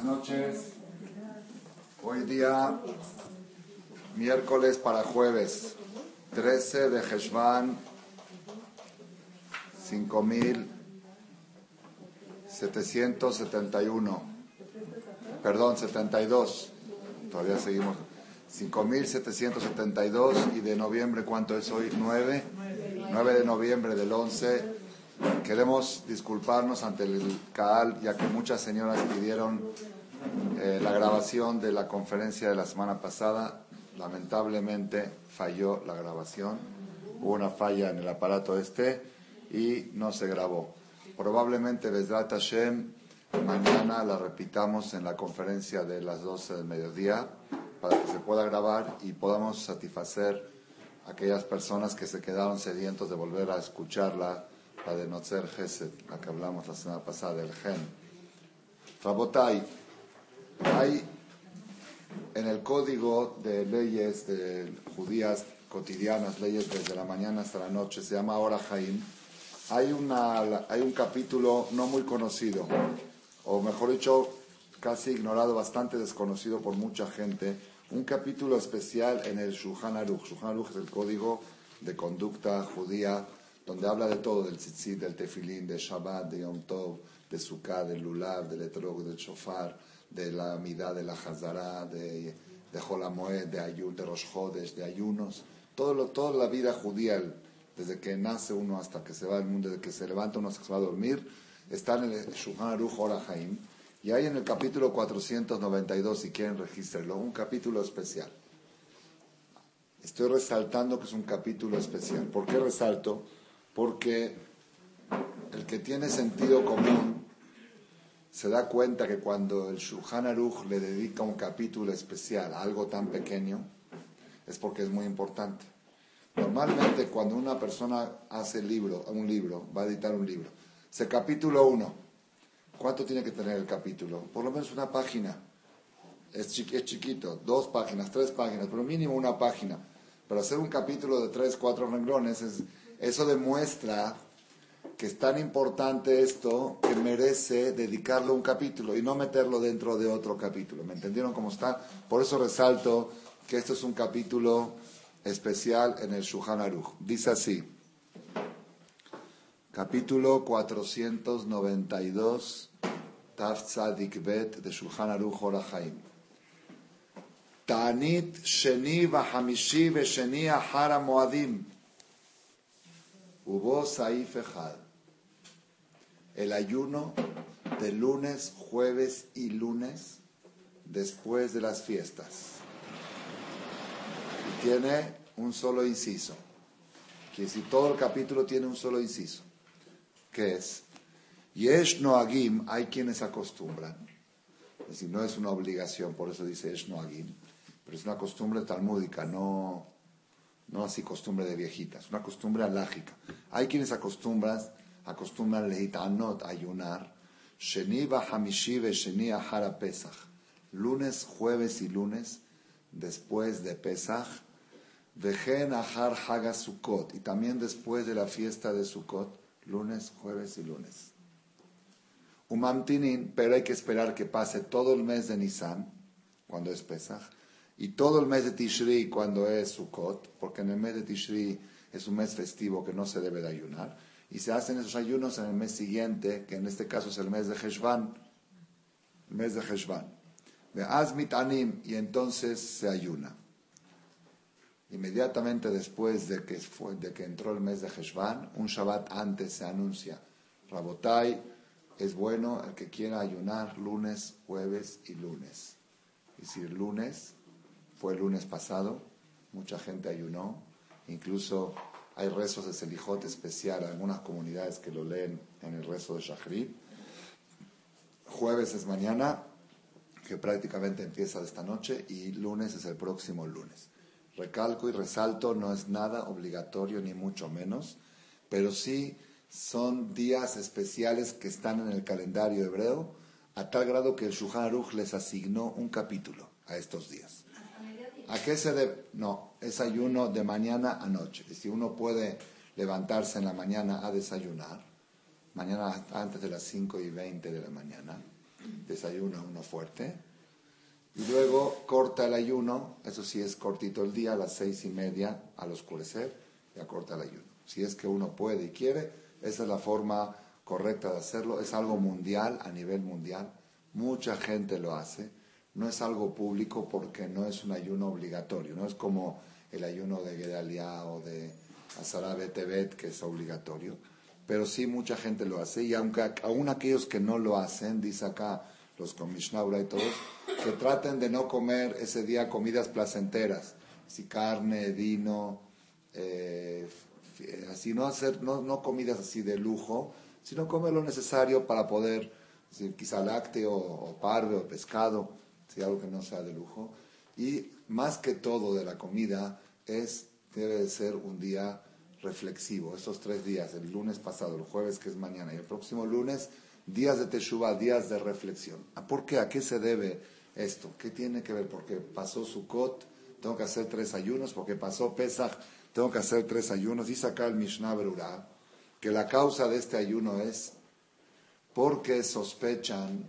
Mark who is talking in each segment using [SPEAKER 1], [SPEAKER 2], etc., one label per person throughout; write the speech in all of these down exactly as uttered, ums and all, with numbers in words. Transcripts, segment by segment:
[SPEAKER 1] Buenas noches. Hoy día, miércoles para jueves, trece de Heshvan, cinco mil setecientos setenta y uno. Perdón, setenta y dos. Todavía seguimos. cinco mil setecientos setenta y dos. Y de noviembre, ¿cuánto es hoy? nueve. nueve de noviembre del once. Queremos disculparnos ante el Kaal, ya que muchas señoras pidieron eh, la grabación de la conferencia de la semana pasada. Lamentablemente falló la grabación, hubo una falla en el aparato este y no se grabó. Probablemente Bezrat Hashem mañana la repitamos en la conferencia de las doce del mediodía para que se pueda grabar y podamos satisfacer a aquellas personas que se quedaron sedientos de volver a escucharla, la de Notzer Gesed, la que hablamos la semana pasada, del Gen. Rabotai, hay en el código de leyes de judías cotidianas, leyes desde la mañana hasta la noche, se llama Ora Haim, hay, una, hay un capítulo no muy conocido, o mejor dicho, casi ignorado, bastante desconocido por mucha gente, un capítulo especial en el Shulchan Aruch. Shulchan Aruch es el código de conducta judía, donde habla de todo, del tzitzit, del tefilín, de Shabbat, de Yom Tov, de Sukkah, del Lulav, del Etrog, del Shofar, de la Midah, de la Hazara, de, de Hol HaMoed, de Ayun, de Rosh Chodesh, de ayunos, todo lo, toda la vida judía, desde que nace uno hasta que se va al mundo, desde que se levanta uno hasta que se va a dormir, está en el Shulchan Aruch Ora Haim, y hay en el capítulo cuatrocientos noventa y dos, si quieren regístrenlo, un capítulo especial. Estoy resaltando que es un capítulo especial. ¿Por qué resalto? Porque el que tiene sentido común se da cuenta que cuando el Shulchan Aruch le dedica un capítulo especial a algo tan pequeño, es porque es muy importante. Normalmente cuando una persona hace libro, un libro, va a editar un libro, ese capítulo uno, ¿cuánto tiene que tener el capítulo? Por lo menos una página. Es, chiqui, es chiquito, dos páginas, tres páginas, pero mínimo una página. Pero hacer un capítulo de tres, cuatro renglones, es, eso demuestra que es tan importante esto que merece dedicarle un capítulo y no meterlo dentro de otro capítulo. ¿Me entendieron cómo está? Por eso resalto que esto es un capítulo especial en el Shulchan Aruch. Dice así, capítulo cuatrocientos noventa y dos, Taf Tzadik Bet de Shulchan Aruch Ora Haim. Ta'anit sheni v'hamishi v'sheni ahar ha'moadim. Hubo Saif Ejad. El ayuno de lunes, jueves y lunes después de las fiestas. Y tiene un solo inciso. Que si todo el capítulo tiene un solo inciso. ¿Qué es? Yesh noagim, hay quienes acostumbran. Es decir, no es una obligación, por eso dice Yesh noagim. Pero es una costumbre talmúdica, no, no así costumbre de viejitas, una costumbre alágica. Hay quienes acostumbran, acostumbran leitanot, ayunar, sheni v'hamishi v'sheni ahar Pesach, lunes, jueves y lunes, después de Pesach, v'chen ahar Hag Sukkot, y también después de la fiesta de Sukkot, lunes, jueves y lunes. Umamtinin, pero hay que esperar que pase todo el mes de Nisan, cuando es Pesach, y todo el mes de Tishri cuando es Sukkot, porque en el mes de Tishri es un mes festivo que no se debe de ayunar, y se hacen esos ayunos en el mes siguiente, que en este caso es el mes de Heshvan, el mes de Heshvan. Ve'az mitanim, y entonces se ayuna. Inmediatamente después de que, fue, de que entró el mes de Heshvan, un Shabbat antes se anuncia, Rabotai, es bueno el que quiera ayunar lunes, jueves y lunes. Y si el lunes fue el lunes pasado, mucha gente ayunó, incluso hay rezos de Selijot especial, algunas comunidades que lo leen en el rezo de Shachrit. Jueves es mañana, que prácticamente empieza de esta noche, y lunes es el próximo lunes. Recalco y resalto, no es nada obligatorio ni mucho menos, pero sí son días especiales que están en el calendario hebreo, a tal grado que el Shulchan Aruch les asignó un capítulo a estos días. ¿A qué se debe? No, es ayuno de mañana a noche. Y si uno puede levantarse en la mañana a desayunar, mañana antes de las cinco y veinte de la mañana, desayuna uno fuerte. Y luego corta el ayuno, eso sí es cortito el día, a las seis y media al oscurecer, ya corta el ayuno. Si es que uno puede y quiere, esa es la forma correcta de hacerlo. Es algo mundial, a nivel mundial. Mucha gente lo hace. No es algo público porque no es un ayuno obligatorio. No es como el ayuno de Gedalia o de Asara Betebet, que es obligatorio. Pero sí mucha gente lo hace. Y aunque aún aquellos que no lo hacen, dice acá los con Mishnah y todos, que traten de no comer ese día comidas placenteras, así carne, vino, eh, así no hacer, no, no comidas así de lujo, sino comer lo necesario para poder, así, quizá lácteo o parve o pescado, si algo que no sea de lujo. Y más que todo de la comida es debe de ser un día reflexivo. Estos tres días, el lunes pasado, el jueves que es mañana y el próximo lunes, días de Teshuvah, días de reflexión. ¿Por qué? ¿A qué se debe esto? ¿Qué tiene que ver? Porque pasó Sukkot, tengo que hacer tres ayunos. Porque pasó Pesach, tengo que hacer tres ayunos. Dice acá el Mishnah Berurah que la causa de este ayuno es porque sospechan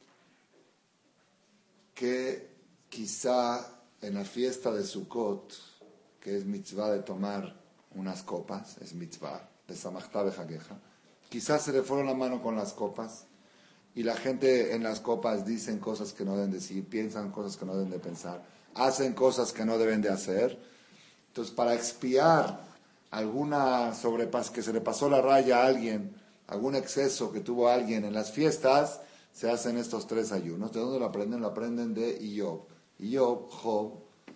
[SPEAKER 1] que quizá en la fiesta de Sukkot, que es mitzvah de tomar unas copas, es mitzvah de Samachta Bejageja, quizás se le fueron la mano con las copas y la gente en las copas dicen cosas que no deben decir, piensan cosas que no deben de pensar, hacen cosas que no deben de hacer. Entonces, para expiar alguna sobrepas que se le pasó la raya a alguien, algún exceso que tuvo alguien en las fiestas, se hacen estos tres ayunos. ¿De dónde lo aprenden? Lo aprenden de Iob. Iob, Job,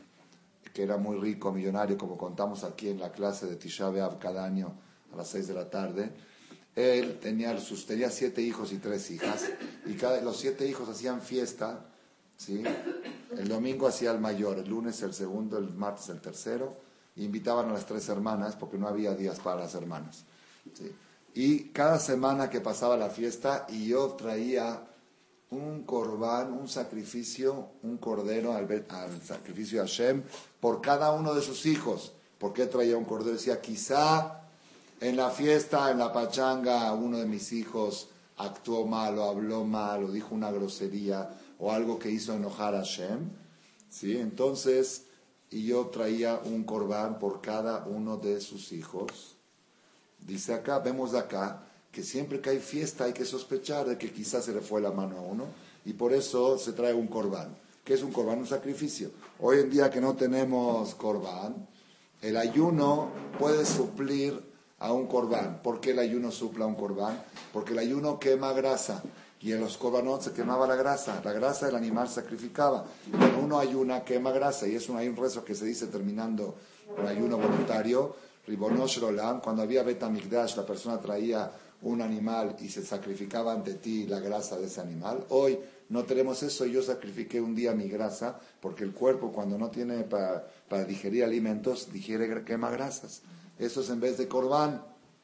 [SPEAKER 1] que era muy rico, millonario, como contamos aquí en la clase de Tisha B'Av cada año a las seis de la tarde. Él tenía, sus, tenía siete hijos y tres hijas, y cada, los siete hijos hacían fiesta, ¿sí? El domingo hacía el mayor, el lunes el segundo, el martes el tercero, e invitaban a las tres hermanas, porque no había días para las hermanas, ¿sí? Y cada semana que pasaba la fiesta, yo traía un corbán, un sacrificio, un cordero al, al sacrificio a Hashem, por cada uno de sus hijos. ¿Por qué traía un cordero? Decía, quizá en la fiesta, en la pachanga, uno de mis hijos actuó mal, o habló mal, o dijo una grosería, o algo que hizo enojar a Hashem, ¿sí? Entonces, y yo traía un corbán por cada uno de sus hijos. Dice acá, vemos de acá, que siempre que hay fiesta hay que sospechar de que quizás se le fue la mano a uno, y por eso se trae un corbán. ¿Qué es un corbán? Un sacrificio. Hoy en día que no tenemos corbán, el ayuno puede suplir a un corbán. ¿Por qué el ayuno supla a un corbán? Porque el ayuno quema grasa, y en los corbanos se quemaba la grasa, la grasa del animal sacrificaba. Cuando uno ayuna, quema grasa, y es un, hay un rezo que se dice terminando el ayuno voluntario, Ribono Shel Olam, cuando había Bet Hamikdash, la persona traía un animal y se sacrificaba ante ti la grasa de ese animal. Hoy no tenemos eso, y yo sacrifiqué un día mi grasa, porque el cuerpo cuando no tiene para, para digerir alimentos, digiere, quema grasas. Eso es en vez de corbán.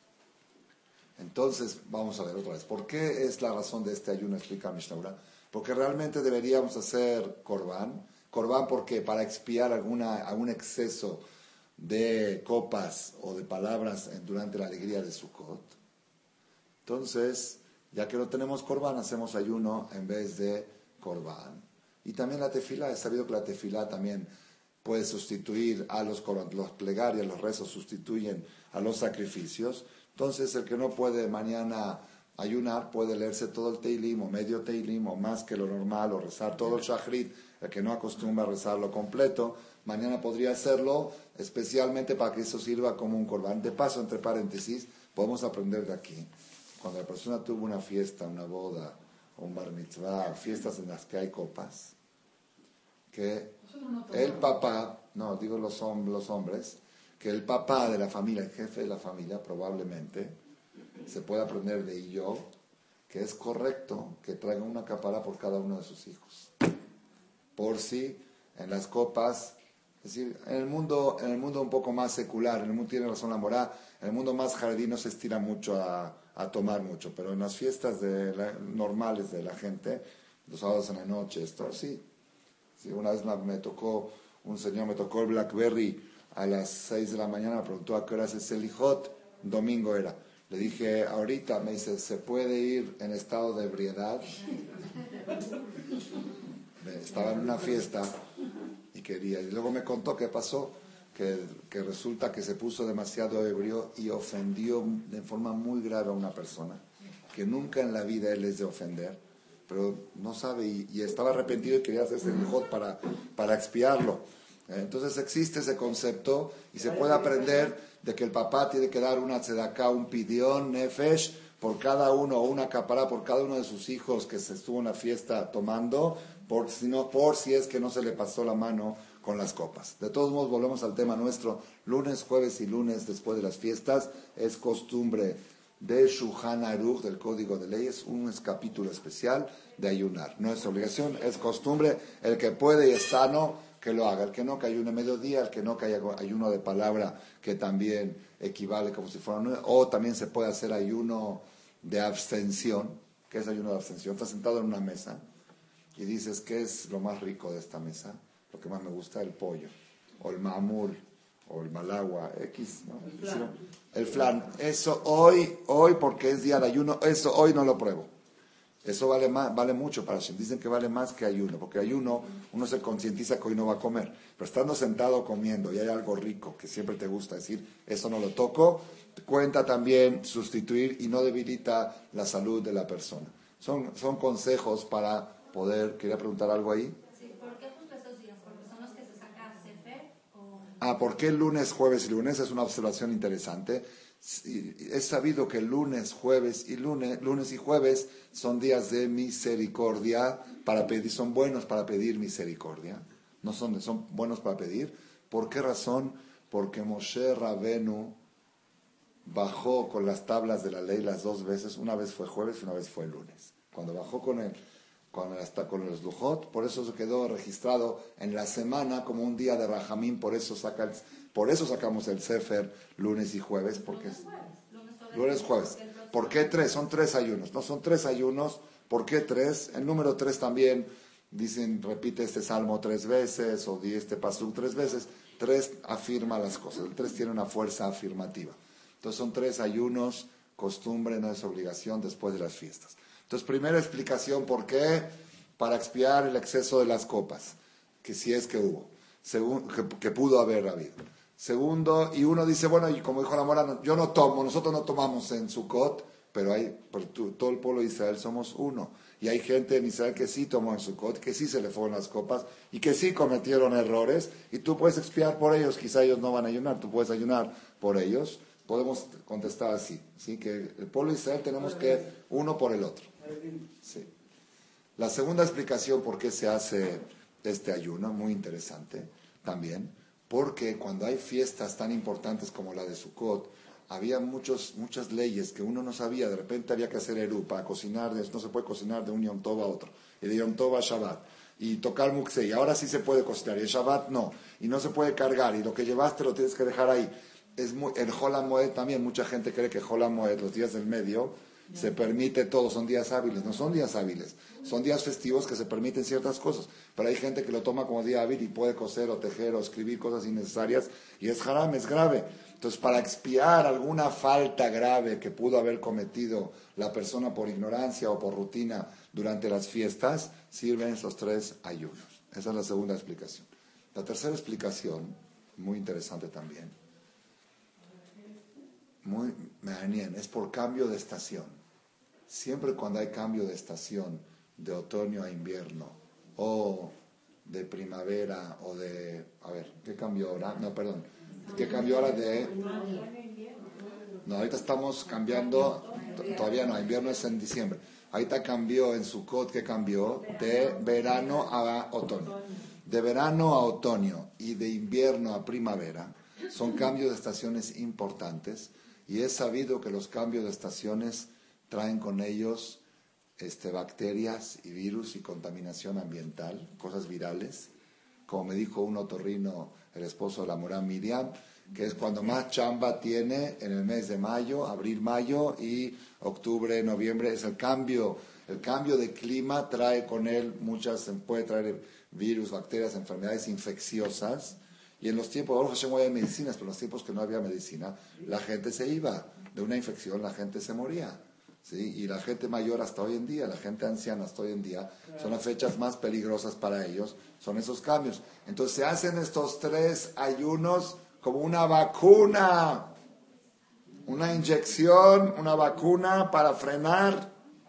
[SPEAKER 1] Entonces, vamos a ver otra vez. ¿Por qué es la razón de este ayuno? Explica Mishnah Berurah. Porque realmente deberíamos hacer corbán. Corbán porque para expiar alguna, algún exceso de copas o de palabras durante la alegría de Sukkot. Entonces, ya que no tenemos corbán, hacemos ayuno en vez de corbán. Y también la tefilá, es sabido que la tefilá también puede sustituir a los, los plegarias, los rezos sustituyen a los sacrificios. Entonces, el que no puede mañana ayunar puede leerse todo el Teilim o medio Teilim o más que lo normal, o rezar todo el Shachrit. El que no acostumbra a rezarlo completo, mañana podría hacerlo, especialmente para que eso sirva como un corbán. De paso, entre paréntesis, podemos aprender de aquí. Cuando la persona tuvo una fiesta, una boda, o un bar mitzvah, fiestas en las que hay copas, que el papá, no, digo los, hom- los hombres, que el papá de la familia, el jefe de la familia, probablemente, se puede aprender de ello, que es correcto que traiga una capara por cada uno de sus hijos. Por si en las copas, es decir, en el mundo, en el mundo un poco más secular, en el mundo tiene razón la morá, en el mundo más jardín no se estira mucho a, a tomar mucho, pero en las fiestas de la, normales de la gente, los sábados en la noche, esto sí. Sí, una vez me, me tocó, un señor me tocó el Blackberry a las seis de la mañana, me preguntó a qué hora es el Selijot, domingo era. Le dije, ahorita, me dice, ¿se puede ir en estado de ebriedad? Estaba en una fiesta y quería, y luego me contó qué pasó, que, que resulta que se puso demasiado ebrio y ofendió de forma muy grave a una persona, que nunca en la vida él es de ofender, pero no sabe, y, y estaba arrepentido y quería hacerse el hot para, para expiarlo. Entonces existe ese concepto y se puede aprender de que el papá tiene que dar una tzedaká, un pidión, nefesh, por cada uno, o una capará por cada uno de sus hijos que se estuvo en la fiesta tomando, por si, no, por si es que no se le pasó la mano con las copas. De todos modos, volvemos al tema nuestro. Lunes, jueves y lunes después de las fiestas es costumbre de Shulchan Aruch, del Código de Leyes, un capítulo especial de ayunar. No es obligación, es costumbre. El que puede y es sano, que lo haga. El que no, que ayune mediodía. El que no, que haya ayuno de palabra, que también equivale como si fuera nueve. O también se puede hacer ayuno de abstención. ¿Qué es ayuno de abstención? Estás sentado en una mesa y dices, ¿qué es lo más rico de esta mesa? Lo que más me gusta, el pollo, o el mamul, o el malagua, X, ¿no? El flan. El flan. Eso hoy, hoy, porque es día de ayuno, eso hoy no lo pruebo. Eso vale más, vale mucho para Hashem. Dicen que vale más que ayuno, porque ayuno uno se concientiza que hoy no va a comer. Pero estando sentado comiendo y hay algo rico que siempre te gusta decir, eso no lo toco, cuenta también sustituir y no debilita la salud de la persona. Son, son consejos para poder... ¿Quería preguntar algo ahí?
[SPEAKER 2] Sí, ¿por qué justo esos días? ¿Porque son los que se saca Sefer? O...
[SPEAKER 1] Ah, ¿por qué lunes, jueves y lunes? Es una observación interesante. Es sabido que lunes, jueves y lunes, lunes y jueves son días de misericordia para pedir, son buenos para pedir misericordia. No son, son buenos para pedir. ¿Por qué razón? Porque Moshe Rabenu bajó con las tablas de la ley las dos veces. Una vez fue jueves y una vez fue lunes. Cuando bajó con el Con, hasta con los lujot, por eso se quedó registrado en la semana como un día de Rajamín, por eso saca el, por eso sacamos el Sefer lunes y jueves, porque es lunes, jueves. ¿Por qué tres? Son tres ayunos, no son tres ayunos. ¿Por qué tres? El número tres también dicen, repite este salmo tres veces o di este pasuk tres veces. Tres afirma las cosas. El tres tiene una fuerza afirmativa. Entonces son tres ayunos, costumbre, no es obligación después de las fiestas. Entonces, primera explicación, ¿por qué? Para expiar el exceso de las copas, que si es que hubo, Segun, que, que pudo haber habido. Segundo, y uno dice, bueno, y como dijo la Mora, yo no tomo, nosotros no tomamos en Sukkot, pero hay, pero tú, todo el pueblo de Israel somos uno. Y hay gente en Israel que sí tomó en Sukkot, que sí se le fueron las copas, y que sí cometieron errores, y tú puedes expiar por ellos, quizá ellos no van a ayunar, tú puedes ayunar por ellos. Podemos contestar así, ¿sí? Que el pueblo de Israel tenemos que uno por el otro. Sí. La segunda explicación por qué se hace este ayuno, muy interesante también, porque cuando hay fiestas tan importantes como la de Sukkot, había muchos, muchas leyes que uno no sabía. De repente había que hacer Eru para cocinar, no se puede cocinar de un Yom Tov a otro, y de Yom Tov a Shabbat, y tocar Muksei, ahora sí se puede cocinar, y el Shabbat no, y no se puede cargar, y lo que llevaste lo tienes que dejar ahí. Es muy, el Hol HaMoed también, mucha gente cree que Hol HaMoed, los días del medio, se permite todo, son días hábiles. No son días hábiles, son días festivos que se permiten ciertas cosas. Pero hay gente que lo toma como día hábil y puede coser o tejer o escribir cosas innecesarias, y es haram, es grave. Entonces, para expiar alguna falta grave que pudo haber cometido la persona por ignorancia o por rutina durante las fiestas, sirven esos tres ayunos. Esa es la segunda explicación. La tercera explicación, muy interesante también, muy bien, es por cambio de estación. Siempre cuando hay cambio de estación, de otoño a invierno, o de primavera, o de... A ver, ¿qué cambió ahora? No, perdón. ¿Qué cambió ahora de...? No, ahorita estamos cambiando... Todavía no, invierno es en diciembre. Ahorita cambió en Sukkot, ¿qué cambió? De verano a otoño. De verano a otoño y de invierno a primavera son cambios de estaciones importantes. Y es sabido que los cambios de estaciones traen con ellos este, bacterias y virus y contaminación ambiental, cosas virales. Como me dijo un otorrino, el esposo de la Morá Miriam, que es cuando más chamba tiene en el mes de mayo, abril, mayo y octubre, noviembre. Es el cambio, el cambio de clima trae con él muchas, puede traer virus, bacterias, enfermedades infecciosas. Y en los tiempos, ahora Hashem había medicinas, pero en los tiempos que no había medicina, la gente se iba de una infección, la gente se moría. ¿sí? Y la gente mayor hasta hoy en día, la gente anciana hasta hoy en día, son las fechas más peligrosas para ellos, son esos cambios. Entonces se hacen estos tres ayunos como una vacuna, una inyección, una vacuna para frenar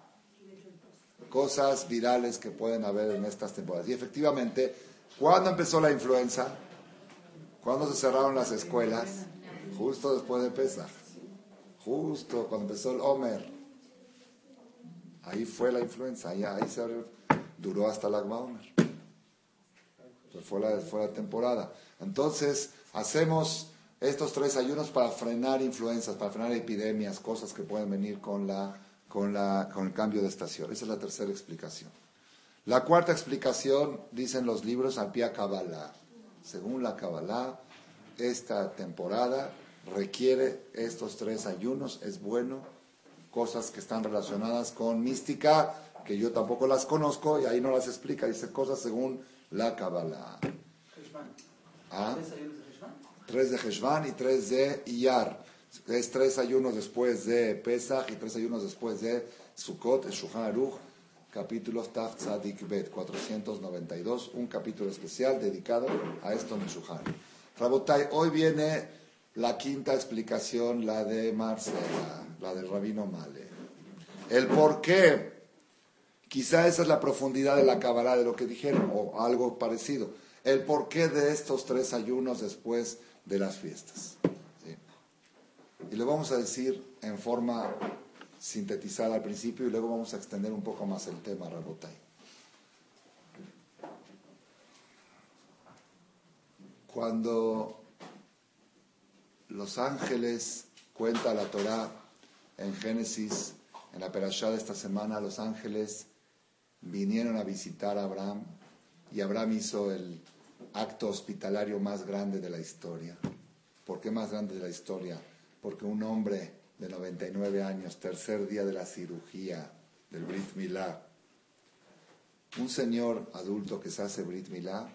[SPEAKER 1] cosas virales que pueden haber en estas temporadas. Y efectivamente, ¿cuándo empezó la influenza? ¿Cuándo se cerraron las escuelas? Justo después de Pesaj. Justo cuando empezó el Omer. Ahí fue la influenza. Ahí, ahí se abrió. Duró hasta la Omer. Fue la, fue la temporada. Entonces, hacemos estos tres ayunos para frenar influencias, para frenar epidemias, cosas que pueden venir con, la, con, la, con el cambio de estación. Esa es la tercera explicación. La cuarta explicación, dicen los libros, al pie Kabbalah. Según la Kabbalah, esta temporada requiere estos tres ayunos, es bueno, cosas que están relacionadas con mística, que yo tampoco las conozco, y ahí no las explica, dice cosas según la Kabbalah. ¿Ah? Tres de Heshvan y tres de Iyar. Es tres ayunos después de Pesach y tres ayunos después de Sukkot, el Shulchan Aruch, capítulos Taf Tzadik Bet, cuatrocientos noventa y dos, un capítulo especial dedicado a esto en el Shulchan. Rabotai, hoy viene la quinta explicación, la de Marcela, la del Rabino Male. El por qué, quizá esa es la profundidad de la Kabbalah de lo que dijeron, o algo parecido. El por qué de estos tres ayunos después de las fiestas. ¿Sí? Y lo vamos a decir en forma sintetizada al principio y luego vamos a extender un poco más el tema, Rabotai. Cuando los ángeles, cuenta la Torá en Génesis, en la perashá de esta semana, los ángeles vinieron a visitar a Abraham y Abraham hizo el acto hospitalario más grande de la historia. ¿Por qué más grande de la historia? Porque un hombre de noventa y nueve años, tercer día de la cirugía del Brit Milá, un señor adulto que se hace Brit Milá,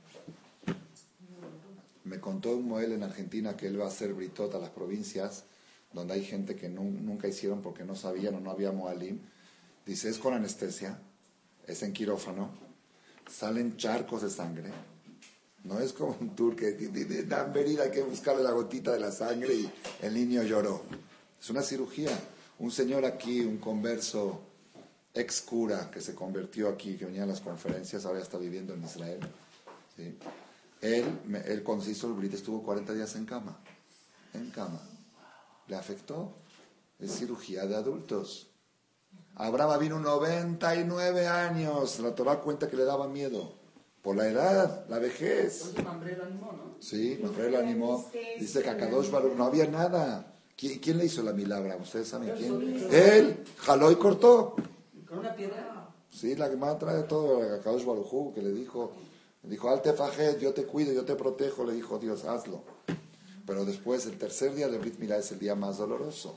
[SPEAKER 1] me contó un Moel en Argentina que él va a hacer Britot a las provincias donde hay gente que no, nunca hicieron porque no sabían o no había Moalim. Dice, es con anestesia, es en quirófano, salen charcos de sangre. No es como un tour que dan venida, hay que buscarle la gotita de la sangre y el niño lloró. Es una cirugía. Un señor aquí, un converso ex cura que se convirtió aquí, que venía a las conferencias, ahora está viviendo en Israel. ¿Sí? Él, él cuando se hizo el Brit estuvo cuarenta días en cama. En cama. Le afectó. Es cirugía de adultos. Abraham vino noventa y nueve años. La Torah cuenta que le daba miedo. Por la edad, la vejez.
[SPEAKER 3] Entonces Mambré lo animó, ¿no?
[SPEAKER 1] Sí, Mambré lo animó. Dice que a Kadosh Baruch no había nada. ¿Quién, ¿Quién le hizo la milagro? ¿Ustedes saben quién? Él jaló y cortó.
[SPEAKER 3] ¿Con una piedra?
[SPEAKER 1] Sí, la que más trae todo, a Kadosh Baruj, que le dijo, le dijo, Al Tefajed, yo te cuido, yo te protejo, le dijo Dios, hazlo. Pero después, el tercer día de Brit Milá es el día más doloroso.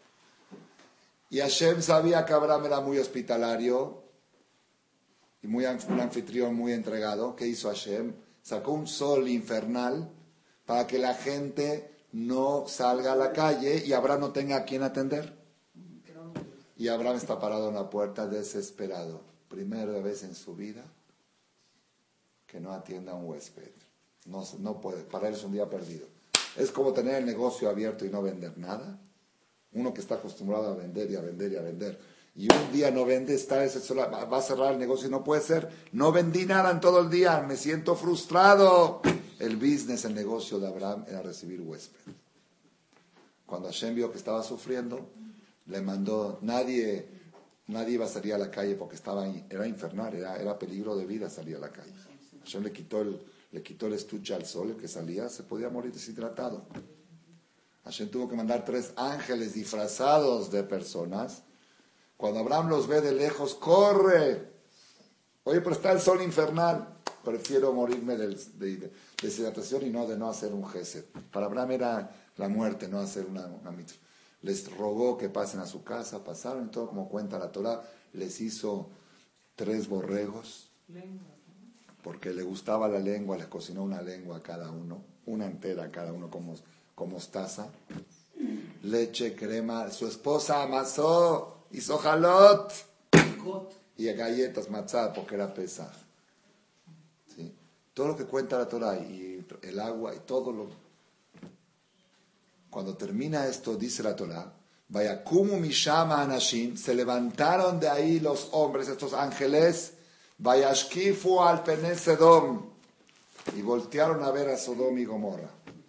[SPEAKER 1] Y Hashem sabía que Abraham era muy hospitalario y muy un anfitrión muy entregado. ¿Qué hizo Hashem? Sacó un sol infernal para que la gente no salga a la calle y Abraham no tenga a quién atender. Y Abraham está parado en la puerta desesperado. Primera vez en su vida que no atienda a un huésped. No, no puede, para él es un día perdido. Es como tener el negocio abierto y no vender nada. Uno que está acostumbrado a vender y a vender y a vender. Y un día no vende, está desesperado, va a cerrar el negocio y no puede ser. No vendí nada en todo el día, me siento frustrado. El business, el negocio de Abraham era recibir huésped. Cuando Hashem vio que estaba sufriendo, le mandó, nadie, nadie iba a salir a la calle porque estaba, era infernal, era, era peligro de vida salir a la calle. Hashem le quitó el, le quitó el estuche al sol, el que salía se podía morir deshidratado. Hashem tuvo que mandar tres ángeles disfrazados de personas. Cuando Abraham los ve de lejos, ¡corre! Oye, pero está el sol infernal. Prefiero morirme de, de, de deshidratación y no de no hacer un gesed. Para Abraham era la muerte, no hacer una, una mitzvah. Les rogó que pasen a su casa, pasaron y todo como cuenta la Torah. Les hizo tres borregos, porque le gustaba la lengua, les cocinó una lengua a cada uno, una entera a cada uno como, como mostaza. Leche, crema, su esposa amasó hizo jalot
[SPEAKER 3] Got.
[SPEAKER 1] y galletas, matzah, porque era Pesaj. ¿Sí? Todo lo que cuenta la Torah y el agua y todo lo... Cuando termina esto, dice la Torah, Vayakumu mishama anashim, se levantaron de ahí los hombres, estos ángeles, Vayashkifu al pene Sedom, y voltearon a ver a Sodom y Gomorra.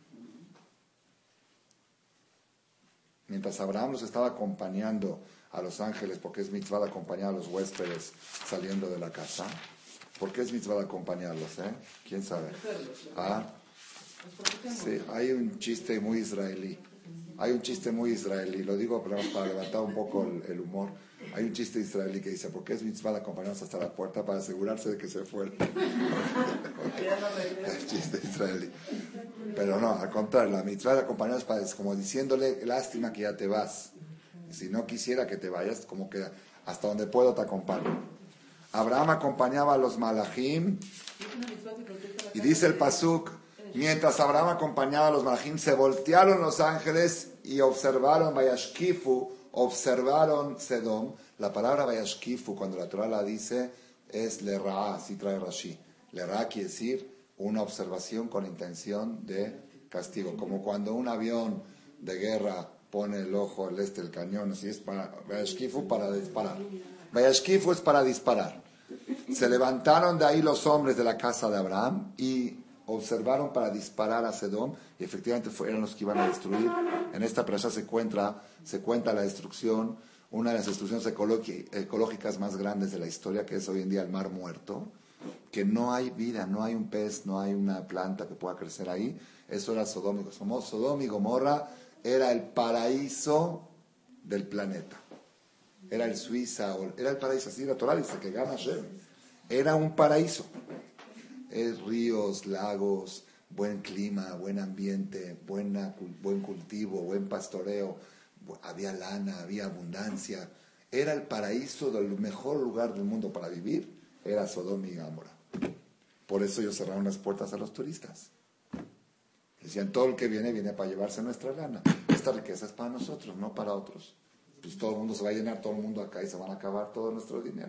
[SPEAKER 1] Mientras Abraham los estaba acompañando a los ángeles, porque es mitzvah de acompañar a los huéspedes saliendo de la casa. ¿Por qué es mitzvah de acompañarlos? Eh? ¿Quién sabe? ¿Ah? Sí, hay un chiste muy israelí. Hay un chiste muy israelí. Lo digo para, para levantar un poco el, el humor. Hay un chiste israelí que dice, ¿por qué es mitzvah de acompañarnos hasta la puerta? Para asegurarse de que se fue. El chiste israelí. Pero no, al contrario, la mitzvah de acompañarnos para, es como diciéndole, lástima que ya te vas. Si no quisiera que te vayas, como que hasta donde puedo te acompaño. Abraham acompañaba a los malachim y dice el pasuk, mientras Abraham acompañaba a los malachim, se voltearon los ángeles y observaron Vayashkifu, observaron Sedom. La palabra Vayashkifu, cuando la Torah la dice, es Lera'á, así trae Rashi. Lera'á quiere decir una observación con intención de castigo, como cuando un avión de guerra pone el ojo al este del cañón, así es para Vayashkifu, para disparar. Vayashkifu es para disparar. Se levantaron de ahí los hombres de la casa de Abraham y observaron para disparar a Sedom, y efectivamente eran los que iban a destruir. En esta parasha se cuenta, se cuenta la destrucción, una de las destrucciones ecológicas más grandes de la historia, que es hoy en día el Mar Muerto, que no hay vida, no hay un pez, no hay una planta que pueda crecer ahí. Eso era Sodom y Gomorra. Sodom y Gomorra era el paraíso del planeta. Era el Suiza, era el paraíso, así la Torah dice que gana Hashem. Era un paraíso. Es ríos, lagos, buen clima, buen ambiente, buena, buen cultivo, buen pastoreo, había lana, había abundancia. Era el paraíso del mejor lugar del mundo para vivir, era Sodom y Gomorra. Por eso ellos cerraron las puertas a los turistas. Decían, todo el que viene, viene para llevarse nuestra lana. Esta riqueza es para nosotros, no para otros. Pues todo el mundo se va a llenar, todo el mundo acá, y se van a acabar todo nuestro dinero.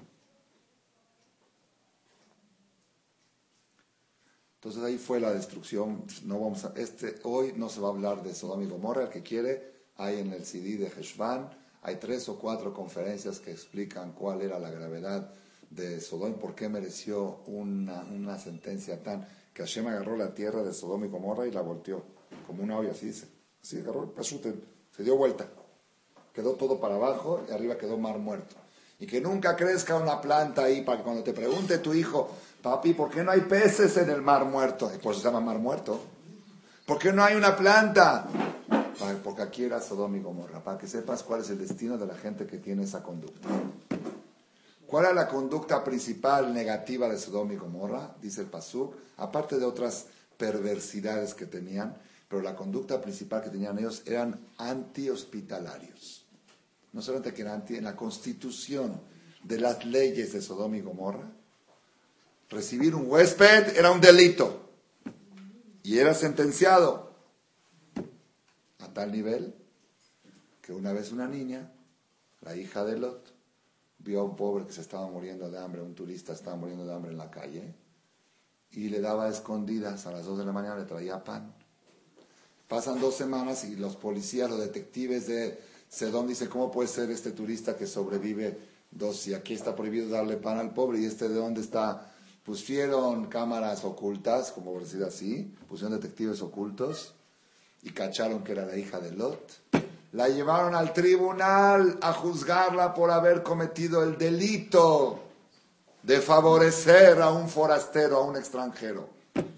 [SPEAKER 1] Entonces ahí fue la destrucción. No vamos a, este, hoy no se va a hablar de Sodom y Gomorra. El que quiere, hay en el C D de Heshvan, hay tres o cuatro conferencias que explican cuál era la gravedad de Sodom, por qué mereció una, una sentencia tan... que Hashem agarró la tierra de Sodom y Gomorra y la volteó, como una olla, así dice. Así agarró, se dio vuelta. Quedó todo para abajo y arriba quedó mar muerto. Y que nunca crezca una planta ahí para que cuando te pregunte tu hijo, papi, ¿por qué no hay peces en el mar muerto? Y por eso se llama mar muerto. ¿Por qué no hay una planta? Porque aquí era Sodom y Gomorra, para que sepas cuál es el destino de la gente que tiene esa conducta. ¿Cuál era la conducta principal negativa de Sodom y Gomorra? Dice el pasuk, aparte de otras perversidades que tenían, pero la conducta principal que tenían ellos eran anti-hospitalarios. No solamente que eran anti, en la constitución de las leyes de Sodom y Gomorra, recibir un huésped era un delito y era sentenciado a tal nivel que una vez una niña, la hija de Lot, vio a un pobre que se estaba muriendo de hambre, un turista estaba muriendo de hambre en la calle, y le daba a escondidas, a las dos de la mañana le traía pan. Pasan dos semanas y los policías, los detectives de Sedom dicen, ¿cómo puede ser este turista que sobrevive dos, y aquí está prohibido darle pan al pobre, y este de dónde está? Pusieron cámaras ocultas, como por decir así, pusieron detectives ocultos, y cacharon que era la hija de Lot. La llevaron al tribunal a juzgarla por haber cometido el delito de favorecer a un forastero, a un extranjero.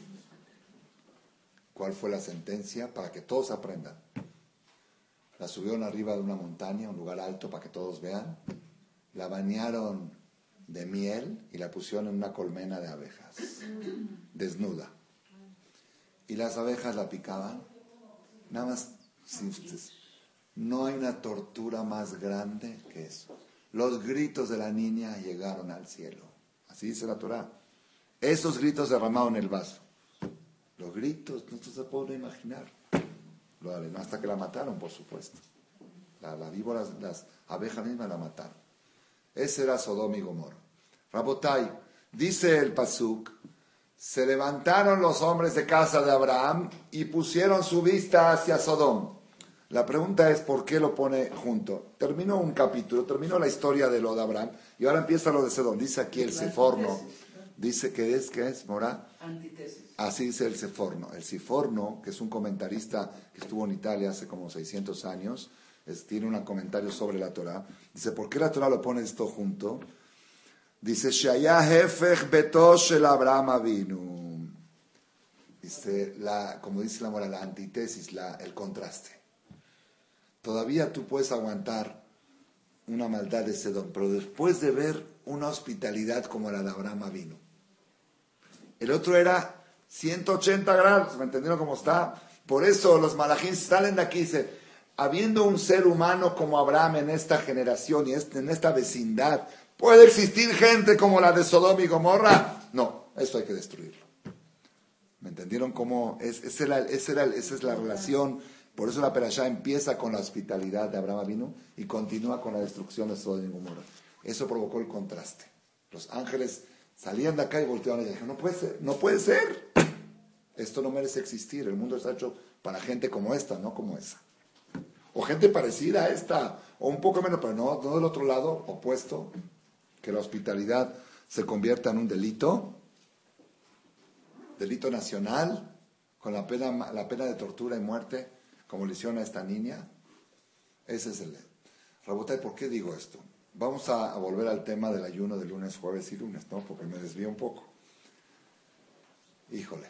[SPEAKER 1] ¿Cuál fue la sentencia? Para que todos aprendan. La subieron arriba de una montaña, un lugar alto, para que todos vean. La bañaron de miel y la pusieron en una colmena de abejas, desnuda. Y las abejas la picaban. Nada más, si ustedes... No hay una tortura más grande que eso. Los gritos de la niña llegaron al cielo. Así dice la Torah. Esos gritos derramaron el vaso. Los gritos, no se pueden imaginar. Lo haré, hasta que la mataron, por supuesto. La, las víboras, las abejas mismas la mataron. Ese era Sodoma y Gomorra. Rabotai, dice el Pasuk, se levantaron los hombres de casa de Abraham y pusieron su vista hacia Sodom. La pregunta es, ¿por qué lo pone junto? Terminó un capítulo, terminó la historia de lo de Abraham y ahora empieza lo de Sodom. Dice aquí el Seforno, dice que es, ¿qué es, Mora?
[SPEAKER 3] Antítesis.
[SPEAKER 1] Así dice el Seforno. El Seforno, que es un comentarista que estuvo en Italia hace como seiscientos años, es, tiene un comentario sobre la Torah. Dice, ¿por qué la Torah lo pone esto junto? Dice, Shaya hefech betosh el Abraham Avinu. Dice, la, como dice la Mora, la antítesis, la, el contraste. Todavía tú puedes aguantar una maldad de Sedón, pero después de ver una hospitalidad como la de Abraham Avinu. El otro era ciento ochenta grados, ¿me entendieron cómo está? Por eso los malajín salen de aquí y dicen, habiendo un ser humano como Abraham en esta generación y en esta vecindad, ¿puede existir gente como la de Sodoma y Gomorra? No, eso hay que destruirlo. ¿Me entendieron cómo? Es, esa, era, esa, era, esa es la relación. Por eso la perashá empieza con la hospitalidad de Abraham Avinu y continúa con la destrucción de Sodoma y Gomorra. Eso provocó el contraste. Los ángeles salían de acá y volteaban y dijeron, no puede ser, no puede ser. Esto no merece existir. El mundo está hecho para gente como esta, no como esa. O gente parecida a esta, o un poco menos, pero no, no del otro lado, opuesto, que la hospitalidad se convierta en un delito, delito nacional, con la pena, la pena de tortura y muerte, como le hicieron a esta niña. Ese es el... Rabotay, ¿por qué digo esto? Vamos a, a volver al tema del ayuno de lunes, jueves y lunes, ¿no? Porque me desvío un poco. Híjole.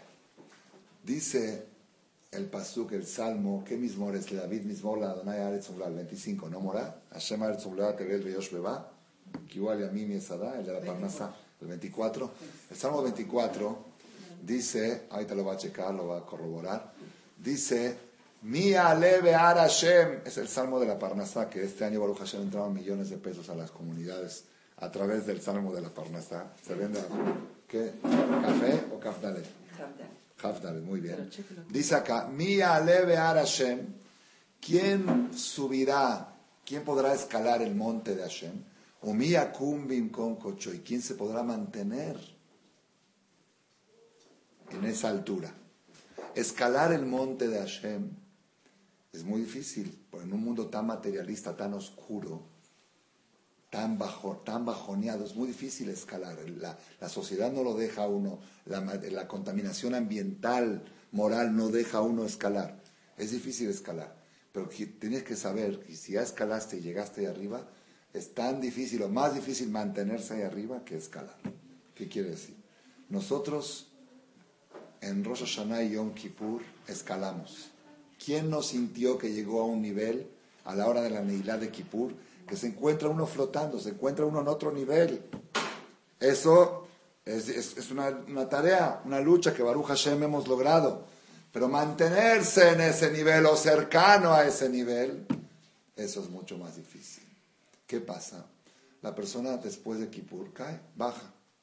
[SPEAKER 1] Dice el Pasuk, el Salmo, ¿qué mismo es? David mismo la Adonai Aretz Umla, el veinticinco, ¿no, Mora? Hashem Aretz Umla, Tevel Veyosh Beba, Kiwal Yamim Yesadá, el de la Parnasa, el veinticuatro. El Salmo veinticuatro dice, ahorita lo va a checar, lo va a corroborar, dice... Mi aleve ar Hashem, es el salmo de la Parnasá, que este año Baruch Hashem entraban millones de pesos a las comunidades a través del salmo de la Parnasá. ¿Se vende qué? ¿Café o kafdalet? Kafdalet, muy bien. Dice acá, mi aleve ar Hashem, ¿quién subirá, quién podrá escalar el monte de Hashem? O mi akum bimkom kocho, ¿y quién se podrá mantener en esa altura? Escalar el monte de Hashem es muy difícil, en un mundo tan materialista, tan oscuro, tan, bajo, tan bajoneado, es muy difícil escalar. La, la sociedad no lo deja a uno, la, la contaminación ambiental, moral, no deja a uno escalar. Es difícil escalar, pero tienes que saber que si ya escalaste y llegaste ahí arriba, es tan difícil o más difícil mantenerse ahí arriba que escalar. ¿Qué quiere decir? Nosotros en Rosh Hashanah y Yom Kippur escalamos. ¿Quién no sintió que llegó a un nivel a la hora de la Neilá de Kippur que se encuentra uno flotando, se encuentra uno en otro nivel? Eso es, es, es una, una tarea, una lucha que Baruch Hashem hemos logrado. Pero mantenerse en ese nivel o cercano a ese nivel, eso es mucho más difícil. ¿Qué pasa? La persona después de Kippur cae, baja.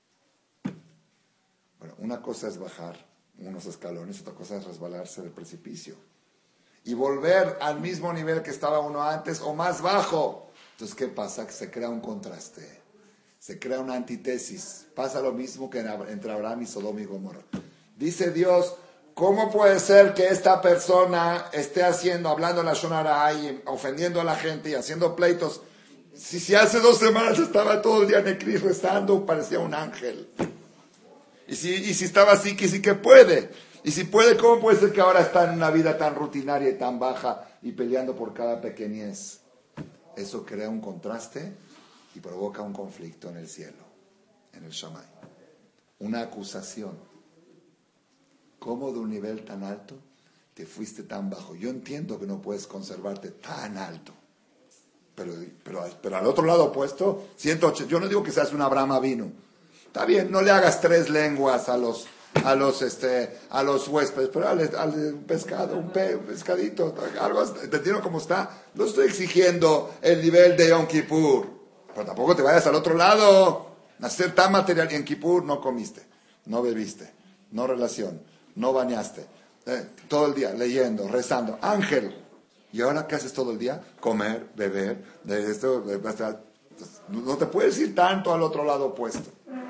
[SPEAKER 1] Bueno, una cosa es bajar unos escalones, otra cosa es resbalarse del precipicio y volver al mismo nivel que estaba uno antes o más bajo. Entonces, ¿qué pasa? Que se crea un contraste, se crea una antítesis. Pasa lo mismo que entre Abraham y Sodoma y Gomorra. Dice Dios, ¿cómo puede ser que esta persona esté haciendo, hablando la Shonara y ofendiendo a la gente y haciendo pleitos? Si, si hace dos semanas estaba todo el día en Ecris rezando, parecía un ángel. Y si, y si estaba así, que sí que puede. Y si puede, ¿cómo puede ser que ahora está en una vida tan rutinaria y tan baja y peleando por cada pequeñez? Eso crea un contraste y provoca un conflicto en el cielo, en el Shammai. Una acusación. ¿Cómo de un nivel tan alto te fuiste tan bajo? Yo entiendo que no puedes conservarte tan alto. Pero, pero, pero al otro lado opuesto, ciento ochenta, yo no digo que seas una Abraham Avinu. Está bien, no le hagas tres lenguas a los, a los, este, a los huéspedes, pero al, al pescado, un, pe, un pescadito, algo, ¿entendieron cómo está? No estoy exigiendo el nivel de Yom Kippur, pero tampoco te vayas al otro lado. Nacer tan material, y en Kippur no comiste, no bebiste, no relación, no bañaste, eh, todo el día leyendo, rezando. Ángel, ¿Y ahora qué haces todo el día? Comer, beber, de esto, de, hasta, no te puedes ir tanto al otro lado opuesto.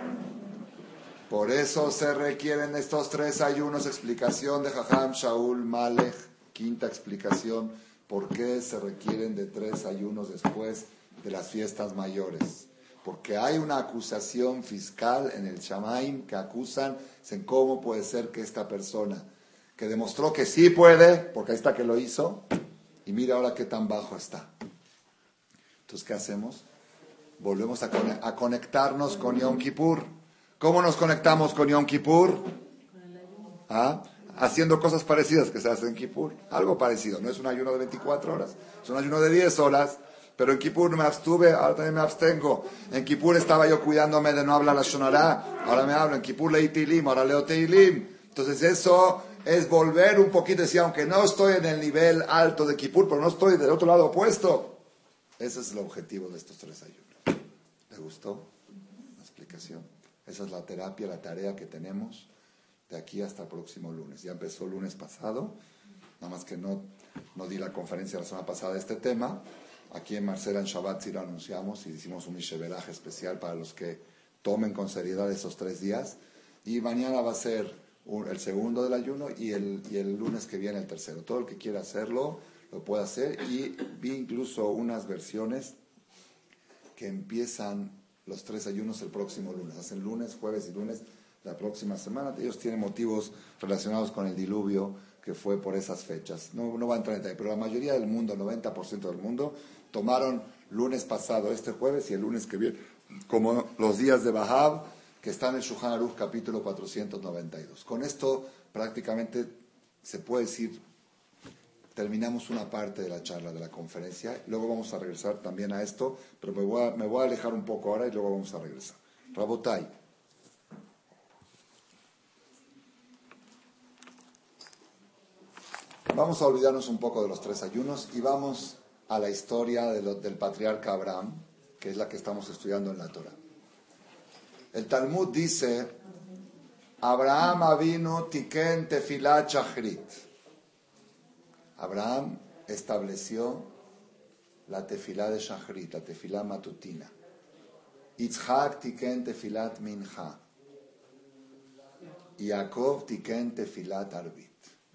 [SPEAKER 1] Por eso se requieren estos tres ayunos. Explicación de Jajam Shaul Malech. Quinta explicación. ¿Por qué se requieren de tres ayunos después de las fiestas mayores? Porque hay una acusación fiscal en el Shamaim que acusan en cómo puede ser que esta persona que demostró que sí puede, porque ahí está que lo hizo, y mira ahora qué tan bajo está. Entonces, ¿qué hacemos? Volvemos a, con- a conectarnos con Yom Kippur. ¿Cómo nos conectamos con Yom Kippur? ¿Ah? Haciendo cosas parecidas que se hacen en Kippur. Algo parecido. No es un ayuno de veinticuatro horas. Es un ayuno de diez horas. Pero en Kippur me abstuve, ahora también me abstengo. En Kippur estaba yo cuidándome de no hablar la Shonará. Ahora me hablo. En Kippur leí Teilim, ahora leo Teilim. Entonces eso es volver un poquito. Decir, aunque no estoy en el nivel alto de Kippur, pero no estoy del otro lado opuesto. Ese es el objetivo de estos tres ayunos. ¿Te gustó la explicación? Esa es la terapia, la tarea que tenemos de aquí hasta el próximo lunes. Ya empezó el lunes pasado, nada más que no, no di la conferencia la semana pasada de este tema. Aquí en Marcela, en Shabbat, sí lo anunciamos y hicimos un misheveraje especial para los que tomen con seriedad esos tres días. Y mañana va a ser un, el segundo del ayuno y el, y el lunes que viene el tercero. Todo el que quiera hacerlo, lo puede hacer. Y vi incluso unas versiones que empiezan los tres ayunos el próximo lunes. Hacen lunes, jueves y lunes la próxima semana. Ellos tienen motivos relacionados con el diluvio que fue por esas fechas. No, no va a entrar en detalle, pero la mayoría del mundo, el noventa por ciento del mundo, tomaron lunes pasado, este jueves y el lunes que viene, como los días de Bahab, que están en el Shulchan Aruch capítulo cuatrocientos noventa y dos. Con esto prácticamente se puede decir, terminamos una parte de la charla, de la conferencia. Luego vamos a regresar también a esto, pero me voy a, me voy a alejar un poco ahora y luego vamos a regresar. Rabotai. Vamos a olvidarnos un poco de los tres ayunos y vamos a la historia de lo, del patriarca Abraham, que es la que estamos estudiando en la Torah. El Talmud dice, Abraham avinu tiken tefilat shachrit. Abraham estableció la tefilá de Shachrit, la tefilá matutina. Yitzhak tiken tefilat mincha. Y Jacob tiken tefilat arbit.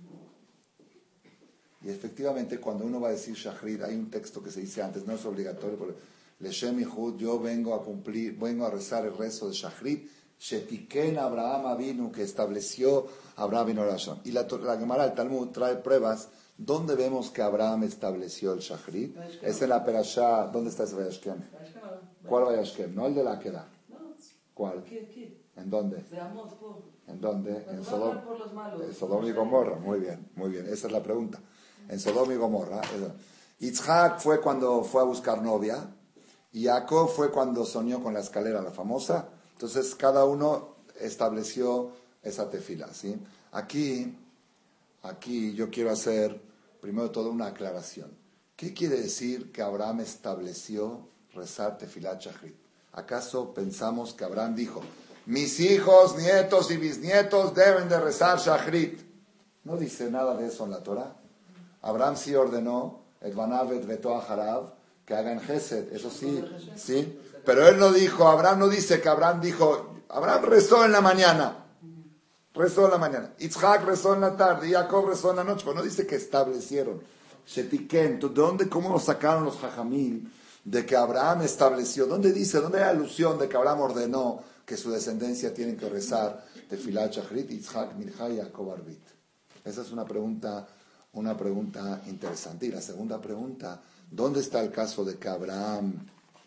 [SPEAKER 1] Y efectivamente, cuando uno va a decir Shachrit, hay un texto que se dice antes, no es obligatorio, pero Leshem Yihud, yo vengo a cumplir, vengo a rezar el rezo de Shachrit, Shetiken Abraham Avinu, que estableció Abraham Avinu Rasham. Y la, la Gemara del Talmud trae pruebas. ¿Dónde vemos que Abraham estableció el Shachrit? Es en la Perashá. ¿Dónde está ese Vayashkem? ¿Cuál Vayashkem? No el de la Queda. ¿Cuál? ¿En dónde? ¿En dónde? En Sodom. En Sodom y Gomorra. Muy bien, muy bien. Esa es la pregunta. En Sodom y Gomorra. Yitzhak fue cuando fue a buscar novia. Y Jacob fue cuando soñó con la escalera, la famosa. Entonces, cada uno estableció esa tefila, ¿sí? Aquí, aquí yo quiero hacer, primero de todo, una aclaración. ¿Qué quiere decir que Abraham estableció rezar tefilat shachrit? ¿Acaso pensamos que Abraham dijo, mis hijos, nietos y bisnietos deben de rezar shachrit? No dice nada de eso en la Torah. Abraham sí ordenó, et banav et beto aharav, que hagan gesed, eso sí, sí. Pero él no dijo, Abraham no dice que Abraham dijo, Abraham rezó en la mañana, rezó en la mañana, Yitzhak rezó en la tarde, y Jacob rezó en la noche, pero no dice que establecieron. Shetiken, ¿de dónde, cómo lo sacaron los jajamim de que Abraham estableció? ¿Dónde dice, dónde hay alusión de que Abraham ordenó que su descendencia tienen que rezar tefilat shachrit, Yitzhak, Mincha y Jacob arbit? Esa es una pregunta, una pregunta interesante. Y la segunda pregunta, ¿dónde está el caso de que Abraham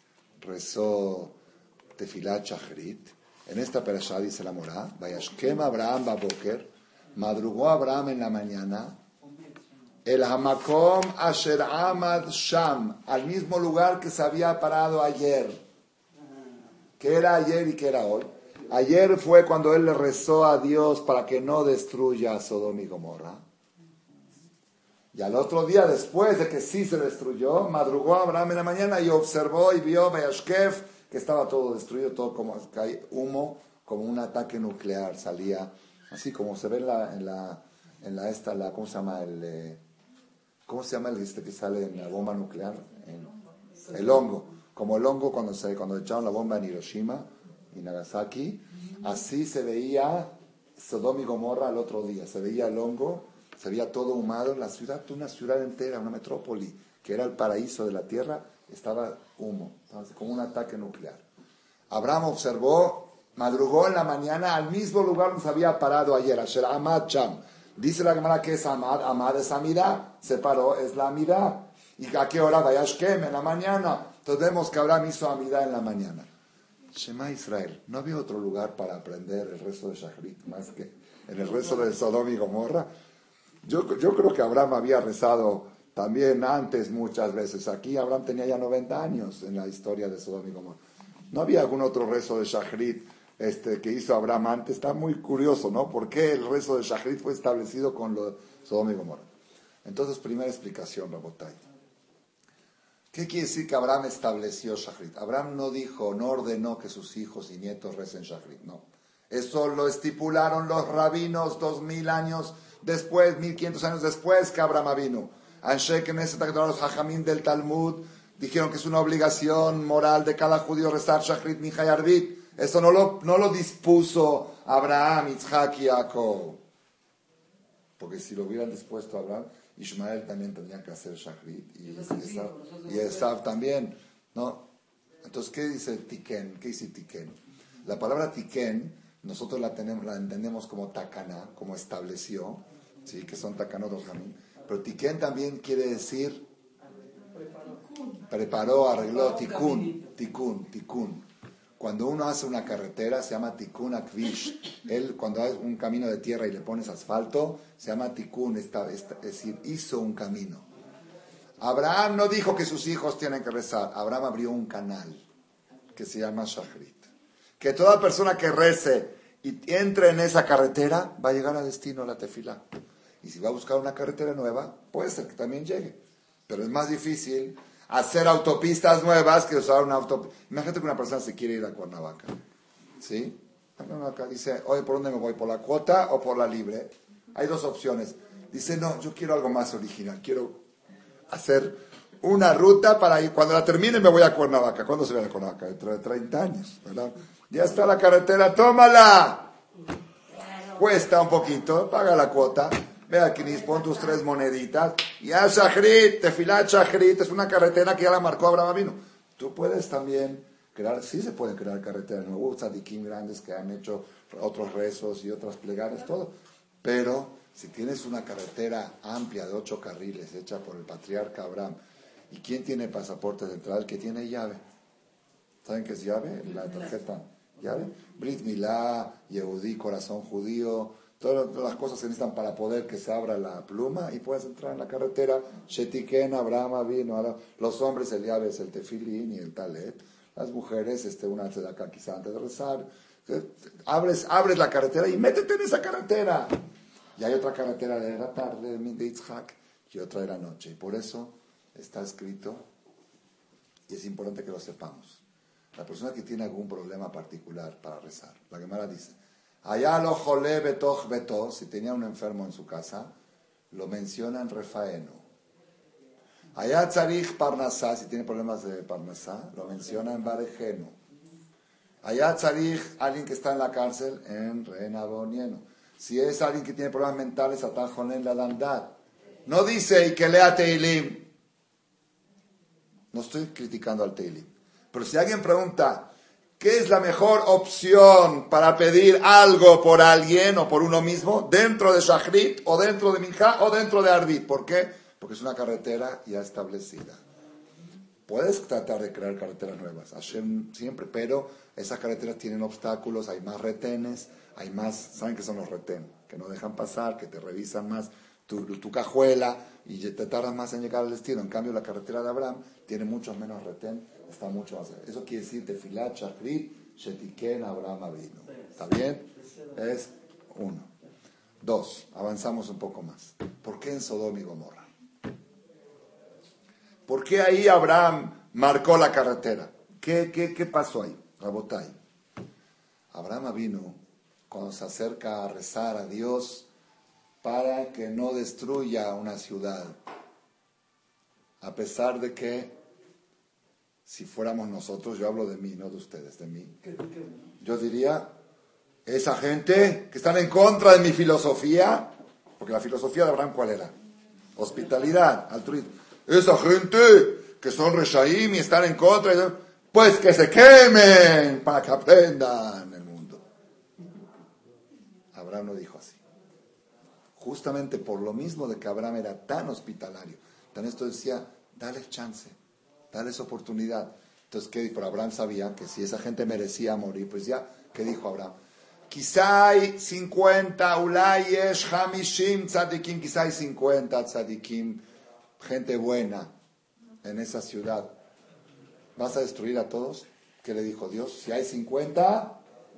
[SPEAKER 1] rezó tefilat shachrit? En esta perashá dice la Morá, Vayashkem Abraham baboker, madrugó Abraham en la mañana, el hamakom asher amad sham, al mismo lugar que se había parado ayer. ¿Qué era ayer y qué era hoy? Ayer fue cuando él le rezó a Dios para que no destruya a Sodom y Gomorra. Y al otro día, después de que sí se destruyó, madrugó Abraham en la mañana y observó y vio Vayashkef, que estaba todo destruido, todo como cae humo, como un ataque nuclear salía, así como se ve en la, en la, en la esta, la, ¿cómo se llama? El, eh, ¿cómo se llama el este que sale en la bomba nuclear? En, el hongo. Como el hongo cuando, se, cuando echaron la bomba en Hiroshima y Nagasaki, así se veía Sodoma y Gomorra al otro día. Se veía el hongo, se veía todo humado. La ciudad, una ciudad entera, una metrópoli, que era el paraíso de la tierra, estaba humo, como un ataque nuclear. Abraham observó, madrugó en la mañana al mismo lugar donde se había parado ayer, Asher Amad Cham. Dice la Gemara que es Amad, Amad es Amidá, se paró, es la Amidá. ¿Y a qué hora? Vayashkem, en la mañana. Entonces vemos que Abraham hizo Amidá en la mañana. Shema Israel, ¿no había otro lugar para aprender el resto de Shachrit más que en el resto de Sodoma y Gomorra? Yo, yo creo que Abraham había rezado también antes muchas veces. Aquí Abraham tenía ya noventa años en la historia de Sodoma y Gomorra. ¿No había algún otro rezo de Shachrit este, que hizo Abraham antes? Está muy curioso, ¿no? ¿Por qué el rezo de Shachrit fue establecido con lo de Sodoma y Gomorra? Entonces, primera explicación, Rabotay. ¿Qué quiere decir que Abraham estableció Shachrit? Abraham no dijo, no ordenó que sus hijos y nietos recen Shachrit, no. Eso lo estipularon los rabinos dos mil años después, mil quinientos años después que Abraham vino. Anshe Knesset, los hajamim del Talmud, dijeron que es una obligación moral de cada judío rezar Shachrit, Minja y Arvit. Eso no lo, no lo dispuso Abraham, Yitzhak y Jacob. Porque si lo hubieran dispuesto a Abraham, Ishmael también tendría que hacer Shachrit. Y, y Esav también. ¿No? Entonces, ¿qué dice Tiken? ¿Qué dice Tiken? La palabra Tiken, nosotros la, tenemos, la entendemos como Takana, como estableció, ¿sí? Que son Takanot los Jamín. Pero Tiken también quiere decir preparó, arregló, Tikun, Tikun, Tikun. Cuando uno hace una carretera se llama Tikun Akvish. Él, cuando hay un camino de tierra y le pones asfalto, se llama Tikun, esta, esta, es decir, hizo un camino. Abraham no dijo que sus hijos tienen que rezar. Abraham abrió un canal que se llama Shachrit. Que toda persona que rece y entre en esa carretera va a llegar a destino, a la tefilá. Y si va a buscar una carretera nueva, puede ser que también llegue. Pero es más difícil hacer autopistas nuevas que usar una autopista. Imagínate que una persona se quiere ir a Cuernavaca, ¿sí? Cuernavaca dice, oye, ¿por dónde me voy? ¿Por la cuota o por la libre? Hay dos opciones. Dice, no, yo quiero algo más original. Quiero hacer una ruta para ir. Cuando la termine me voy a Cuernavaca. ¿Cuándo se va a Cuernavaca? Dentro de treinta años, ¿verdad? Ya está la carretera, tómala. Cuesta un poquito, paga la cuota. Ve aquí, pon tus tres moneditas. Ya Shachrit, Tefilat Shachrit, es una carretera que ya la marcó Abraham vino. Tú puedes también crear, sí se pueden crear carreteras nuevas, tzadikim grandes que han hecho otros rezos y otras plegarias, todo. Pero si tienes una carretera amplia de ocho carriles, hecha por el patriarca Abraham, ¿y quién tiene pasaporte de entrada? El que tiene llave. ¿Saben qué es llave? La tarjeta. ¿Llave? Brit Milá, Yehudí, corazón judío, todas las cosas se necesitan para poder que se abra la pluma y puedes entrar en la carretera. Shetiken, Abraham vino. Ahora, los hombres, el llave es el tefilín y el talet. Las mujeres, este, una tzedakah quizá antes de rezar. Abres, abres la carretera y métete en esa carretera. Y hay otra carretera de la tarde, de Yitzhak, y otra de la noche. Y por eso está escrito, y es importante que lo sepamos. La persona que tiene algún problema particular para rezar, la Gemara dice, allá lo jolé betoch beto, si tenía un enfermo en su casa, lo menciona en refaeno. Allá tzarich parnasá, si tiene problemas de parnasá, lo menciona en barejeno. Allá tzarich, alguien que está en la cárcel, en renabonieno. Si es alguien que tiene problemas mentales, atajonen la dandad. No dice, y que lea Teilim. No estoy criticando al Teilim. Pero si alguien pregunta, ¿qué es la mejor opción para pedir algo por alguien o por uno mismo? Dentro de Shachrit, o dentro de Minjá, o dentro de Arvit. ¿Por qué? Porque es una carretera ya establecida. Puedes tratar de crear carreteras nuevas, Hashem siempre, pero esas carreteras tienen obstáculos, hay más retenes, hay más, ¿saben qué son los retén? Que no dejan pasar, que te revisan más tu, tu cajuela y te tardas más en llegar al destino. En cambio, la carretera de Abraham tiene mucho menos retén, está mucho más. Eso quiere decir Tefilat Shachrit Shetiken Abraham Avinu. ¿Está bien? Es uno. Dos, avanzamos un poco más. ¿Por qué en Sodoma y Gomorra? ¿Por qué ahí Abraham marcó la carretera? ¿Qué, qué, qué pasó ahí? Rabotay. Abraham vino cuando se acerca a rezar a Dios para que no destruya una ciudad. A pesar de que, si fuéramos nosotros, yo hablo de mí, no de ustedes, de mí. Yo diría, esa gente que están en contra de mi filosofía, porque la filosofía de Abraham, ¿cuál era? Hospitalidad, altruismo. Esa gente que son reshaim y están en contra, pues que se quemen para que aprendan el mundo. Abraham no dijo así. Justamente por lo mismo de que Abraham era tan hospitalario, tan esto decía, dale chance, dales oportunidad. Entonces, ¿qué? Pero Abraham sabía que si esa gente merecía morir, pues ya, ¿qué dijo Abraham? Quizá hay cincuenta, ulayesh, hamishim, tzadikim, quizá hay cincuenta tzadikim, gente buena en esa ciudad. ¿Vas a destruir a todos? ¿Qué le dijo Dios? Si hay cincuenta,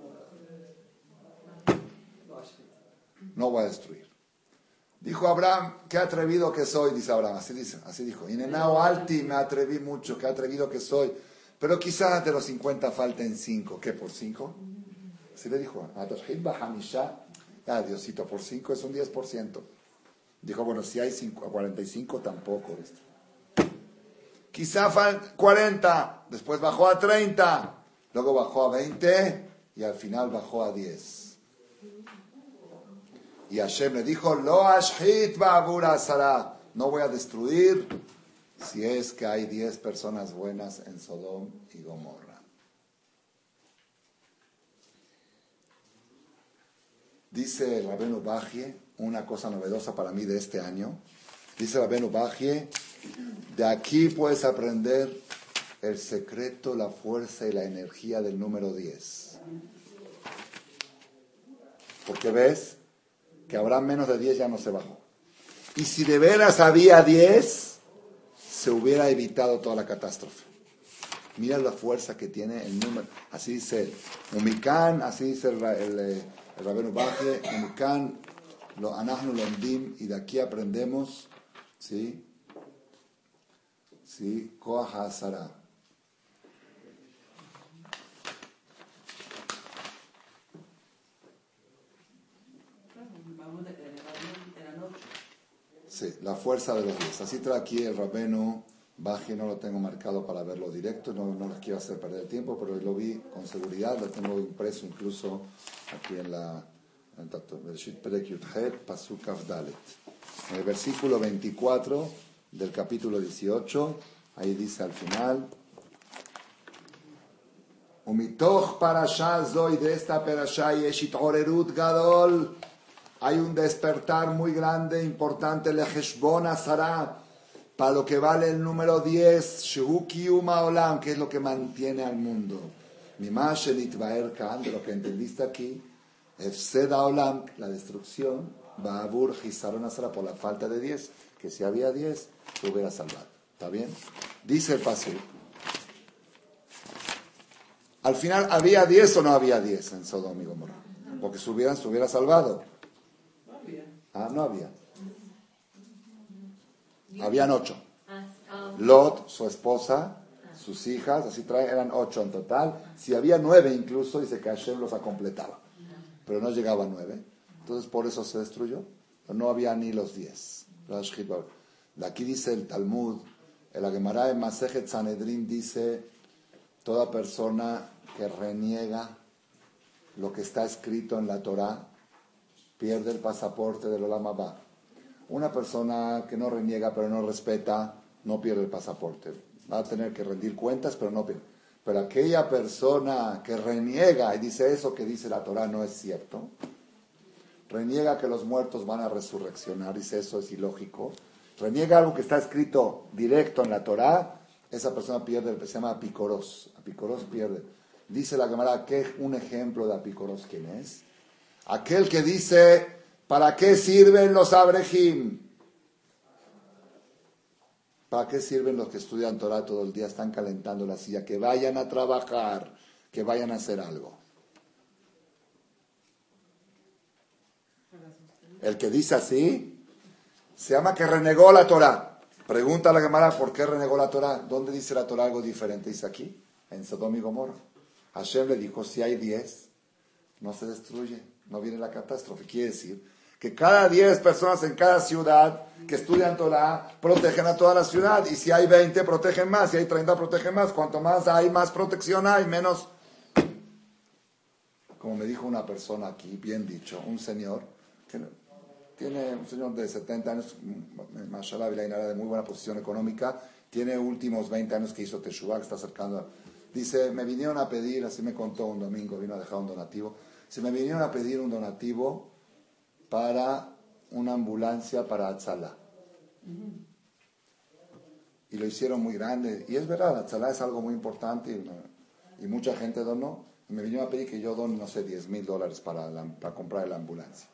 [SPEAKER 1] no voy a destruir. Dijo Abraham, qué atrevido que soy, dice Abraham, así dice, así dijo. Inenao alti, me atreví mucho, qué atrevido que soy. Pero quizás de los cincuenta falten cinco. ¿Qué, por cinco? Así le dijo, ah, Diosito, por cinco es un diez por ciento. Dijo, bueno, si hay cinco, cuarenta y cinco tampoco. Quizá faltan cuarenta, después bajó a treinta, luego bajó a veinte y al final bajó a diez. Y Hashem le dijo, Lo ashhit ba'avur asara, no voy a destruir si es que hay diez personas buenas en Sodom y Gomorra. Dice el Rabenu Bajie, una cosa novedosa para mí de este año. Dice el Rabenu Bajie, de aquí puedes aprender el secreto, la fuerza y la energía del número diez. Porque ves que habrá menos de diez, ya no se bajó. Y si de veras había diez, se hubiera evitado toda la catástrofe. Mira la fuerza que tiene el número. Así dice el Umikán, así dice el, el, el Rabenu Bajie, Umikán, lo anahnu lomdim, y de aquí aprendemos, ¿sí? ¿Sí? Koach ha'asara. Sí, la fuerza de los diez. Así trae aquí el Rabenu Bajie, no lo tengo marcado para verlo directo, no, no les quiero hacer perder el tiempo, pero lo vi con seguridad, lo tengo impreso incluso aquí en la en el versículo veinticuatro del capítulo dieciocho, ahí dice al final, Umitoch parashá zoy, de esta parashá yeshit orerut gadol, hay un despertar muy grande, importante, leheshbon asara, para lo que vale el número diez, shehu kiyum haolam, que es lo que mantiene al mundo. Mimash elitvaer kan, de lo que entendiste aquí, efsed haolam, la destrucción, ba'avur hisaron asara, por la falta de diez, que si había diez, se hubiera salvado. ¿Está bien? Dice el pasuk. Al final, ¿había diez o no había diez en Sodoma y Gomorra? Porque se hubieran, se hubiera salvado. Ah, no había. Habían ocho. Lot, su esposa, sus hijas, así trae, eran ocho en total. Si había nueve incluso, dice que Hashem los completaba. Pero no llegaba a nueve. Entonces por eso se destruyó. Pero no había ni los diez. De aquí dice el Talmud, el Gemara en Masejet Sanedrin dice, toda persona que reniega lo que está escrito en la Torah, pierde el pasaporte del Olam Haba. Una persona que no reniega pero no respeta, no pierde el pasaporte. Va a tener que rendir cuentas, pero no pierde. Pero aquella persona que reniega y dice eso que dice la Torah no es cierto, reniega que los muertos van a resurreccionar, dice eso es ilógico, reniega algo que está escrito directo en la Torah, esa persona pierde, se llama apicoros, apicoros pierde. Dice la Gemara, ¿qué un ejemplo de apicoros quién es? Aquel que dice, ¿para qué sirven los abrejim? ¿Para qué sirven los que estudian Torah todo el día? Están calentando la silla. Que vayan a trabajar, que vayan a hacer algo. El que dice así, se llama que renegó la Torah. Pregunta a la Gemara, ¿por qué renegó la Torah? ¿Dónde dice la Torah algo diferente? Dice aquí, en Sodoma y Gomorra. Hashem le dijo, si hay diez, no se destruye. No viene la catástrofe. Quiere decir que que cada diez personas en cada ciudad que estudian Torah protegen a toda la ciudad. Y si hay veinte, protegen más. Si hay treinta, protegen más. Cuanto más hay, más protección hay, menos... Como me dijo una persona aquí, bien dicho, un señor, que tiene un señor de setenta años, mashallah, de muy buena posición económica, tiene últimos veinte años que hizo Teshuvah, que está acercando. Dice, me vinieron a pedir, así me contó un domingo, vino a dejar un donativo. Se me vinieron a pedir un donativo para una ambulancia para Atzalá. Y lo hicieron muy grande. Y es verdad, Atzalá es algo muy importante y, y mucha gente donó. Y me vinieron a pedir que yo done, no sé, diez mil dólares para, la, para comprar la ambulancia.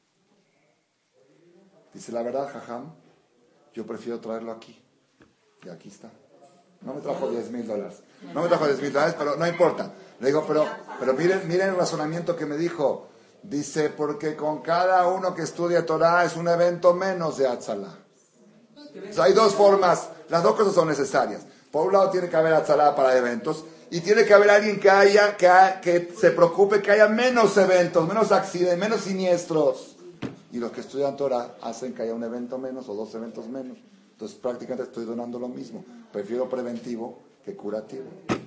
[SPEAKER 1] Dice, la verdad, jajam, yo prefiero traerlo aquí. Y aquí está. No me trajo diez mil dólares. No me trajo diez mil dólares, pero no importa. Le digo, pero, pero miren, miren el razonamiento que me dijo. Dice, porque con cada uno que estudia Torah es un evento menos de Atzalá. O sea, hay dos formas, las dos cosas son necesarias. Por un lado tiene que haber Atzalá para eventos, y tiene que haber alguien que haya, que, ha, que se preocupe que haya menos eventos, menos accidentes, menos siniestros. Y los que estudian Torah hacen que haya un evento menos o dos eventos menos. Entonces prácticamente estoy donando lo mismo. Prefiero preventivo que curativo.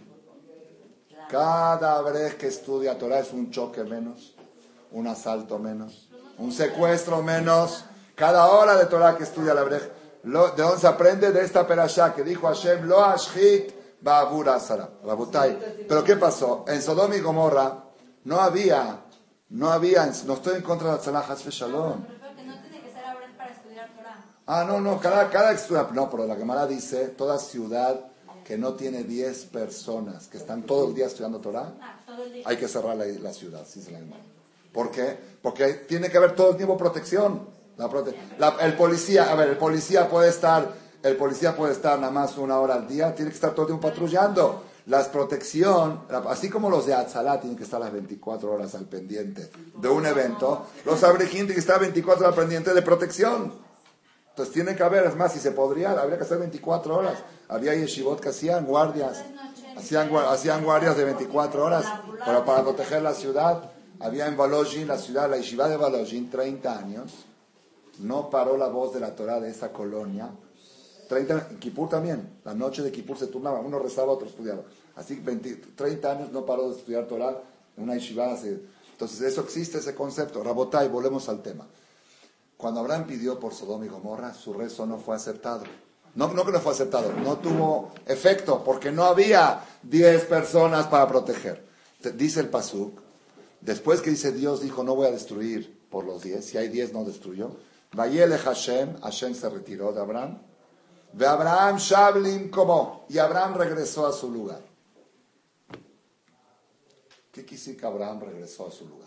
[SPEAKER 1] Cada vez que estudia Torah es un choque menos, un asalto menos, un secuestro menos. Cada hora de Torah que estudia la Brej. ¿De dónde se aprende? De esta perashá que dijo Hashem, lo ashhit ba'abura asara. Rabotai. Pero ¿qué pasó? En Sodoma y Gomorra no había, no había, no estoy en contra de Atzalá, Haz Shalom. Ah, no, no, cada, cada estudia, no, pero la Gemara dice, toda ciudad que no tiene diez personas que están todo el día estudiando Torah, hay que cerrar la, la ciudad, sí se la Gemara. ¿Por qué? Porque tiene que haber todo el tiempo protección. La prote la, el policía, a ver, el policía puede estar, el policía puede estar nada más una hora al día, tiene que estar todo el tiempo patrullando. La protección, así como los de Atzalá tienen que estar las veinticuatro horas al pendiente de un evento, los abrejín tienen que estar veinticuatro horas al pendiente de protección. Entonces tiene que haber, es más, si se podría, habría que hacer veinticuatro horas. Había yeshivot que hacían guardias, hacían, hacían guardias de veinticuatro horas para, para proteger la ciudad. Había en Volozhin, la ciudad, la yeshiva de Volozhin, treinta años, no paró la voz de la Torah de esa colonia. treinta, en Kippur también, la noche de Kippur se turnaba, uno rezaba, otro estudiaba. Así que veinte, treinta años no paró de estudiar Torah en una yeshiva. Entonces eso existe, ese concepto. Rabotai, volvemos al tema. Cuando Abraham pidió por Sodoma y Gomorra, su rezo no fue aceptado. No, no que no fue aceptado, no tuvo efecto, porque no había diez personas para proteger. Dice el Pasuk, después que dice Dios dijo, no voy a destruir por los diez, si hay diez no destruyó. Vayele Hashem, Hashem se retiró de Abraham. Ve Abraham Shablim como, y Abraham regresó a su lugar. ¿Qué quiere que Abraham regresó a su lugar?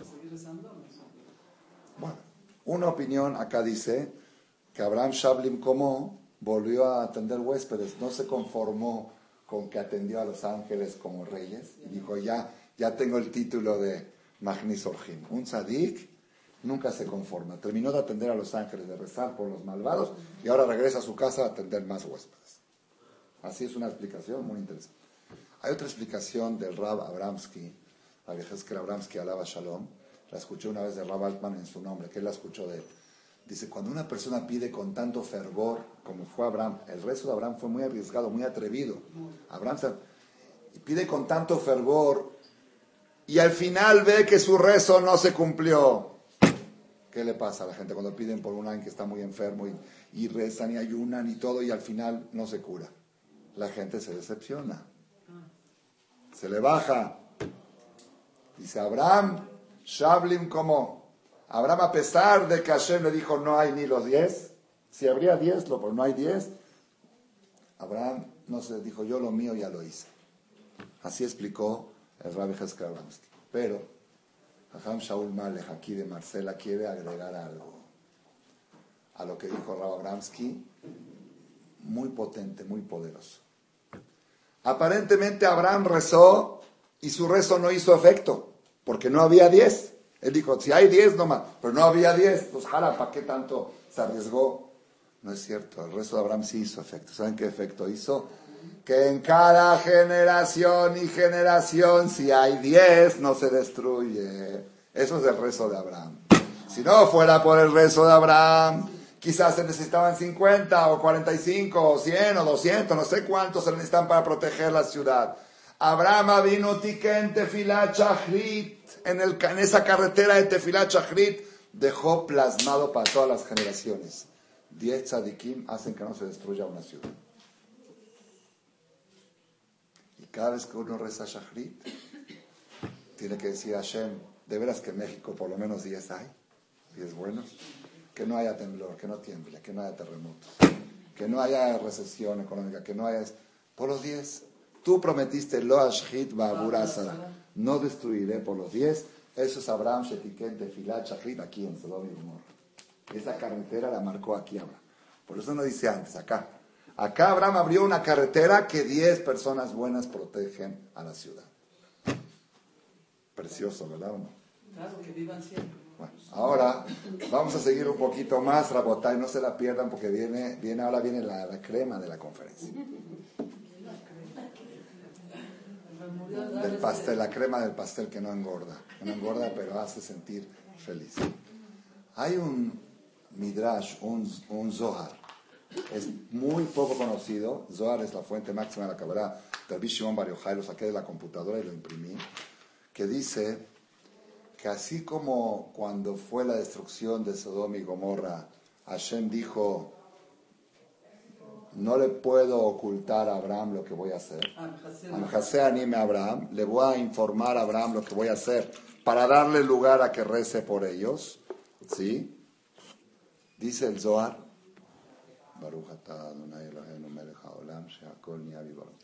[SPEAKER 1] Bueno, una opinión acá dice que Abraham Shablim como volvió a atender huéspedes, no se conformó con que atendió a los ángeles como reyes y dijo ya, ya tengo el título de Magnis Orjim. Un tzadik nunca se conforma, terminó de atender a los ángeles, de rezar por los malvados y ahora regresa a su casa a atender más huéspedes. Así es una explicación muy interesante. Hay otra explicación del Rab Abramsky, la Yehezkel Abramsky alaba Shalom. La escuché una vez de Rab Altman en su nombre, que él la escuchó de él. Dice, cuando una persona pide con tanto fervor, como fue Abraham, el rezo de Abraham fue muy arriesgado, muy atrevido. Abraham se, y pide con tanto fervor, y al final ve que su rezo no se cumplió. ¿Qué le pasa a la gente cuando piden por un alguien que está muy enfermo, y, y rezan y ayunan y todo, y al final no se cura? La gente se decepciona. Se le baja. Dice, Abraham... Shablim como Abraham, a pesar de que Hashem le dijo no hay ni los diez, si habría diez, lo, pero no hay diez, Abraham no se dijo yo lo mío ya lo hice. Así explicó el Rabbi Yehezkel Abramsky. Pero Jajam Shaul Malech aquí de Marcela quiere agregar algo a lo que dijo Rabbi Abramsky, muy potente, muy poderoso. Aparentemente Abraham rezó y su rezo no hizo efecto. Porque no había diez. Él dijo, si hay diez nomás, pero no había diez. Pues jala, ¿para qué tanto se arriesgó? No es cierto, el rezo de Abraham sí hizo efecto. ¿Saben qué efecto hizo? Que en cada generación y generación, si hay diez, no se destruye. Eso es el rezo de Abraham. Si no fuera por el rezo de Abraham, quizás se necesitaban cincuenta o cuarenta y cinco o cien o doscientos, no sé cuántos se necesitan para proteger la ciudad. Abraham vino tiken Tefilá Shachrit, en, el, en esa carretera de Tefilá Shachrit, dejó plasmado para todas las generaciones. Diez tzadikim hacen que no se destruya una ciudad. Y cada vez que uno reza Shachrit, tiene que decir a Hashem, de veras que en México por lo menos diez hay, diez buenos, que no haya temblor, que no tiemble, que no haya terremotos, que no haya recesión económica, que no haya... Por los diez, tú prometiste, lo ashrit ba'abur asara, no destruiré por los diez. Eso es Abraham, Shetiken, Tefilat, Shachrit, aquí en Sodom y Gomorra. Esa carretera la marcó aquí Abraham. Por eso no dice antes, acá. Acá Abraham abrió una carretera que diez personas buenas protegen a la ciudad. Precioso, ¿verdad o no?
[SPEAKER 3] Claro, que vivan siempre.
[SPEAKER 1] Bueno, ahora vamos a seguir un poquito más, Rabotay, no se la pierdan porque viene, viene ahora viene la, la crema de la conferencia. Del pastel, la crema del pastel que no engorda, que no engorda pero hace sentir feliz. Hay un Midrash, un, un Zohar, es muy poco conocido. Zohar es la fuente máxima de la Kabbalah. Rabbi Shimon Bar Yochai, lo saqué de la computadora y lo imprimí, que dice que así como cuando fue la destrucción de Sodoma y Gomorra, Hashem dijo, no le puedo ocultar a Abraham lo que voy a hacer. Amjasé anime a Abraham, le voy a informar a Abraham lo que voy a hacer para darle lugar a que rece por ellos. ¿Sí? Dice el Zohar, Baruch atah Adonai Eloheinu melech haolam she'akol nהיה bidvaro,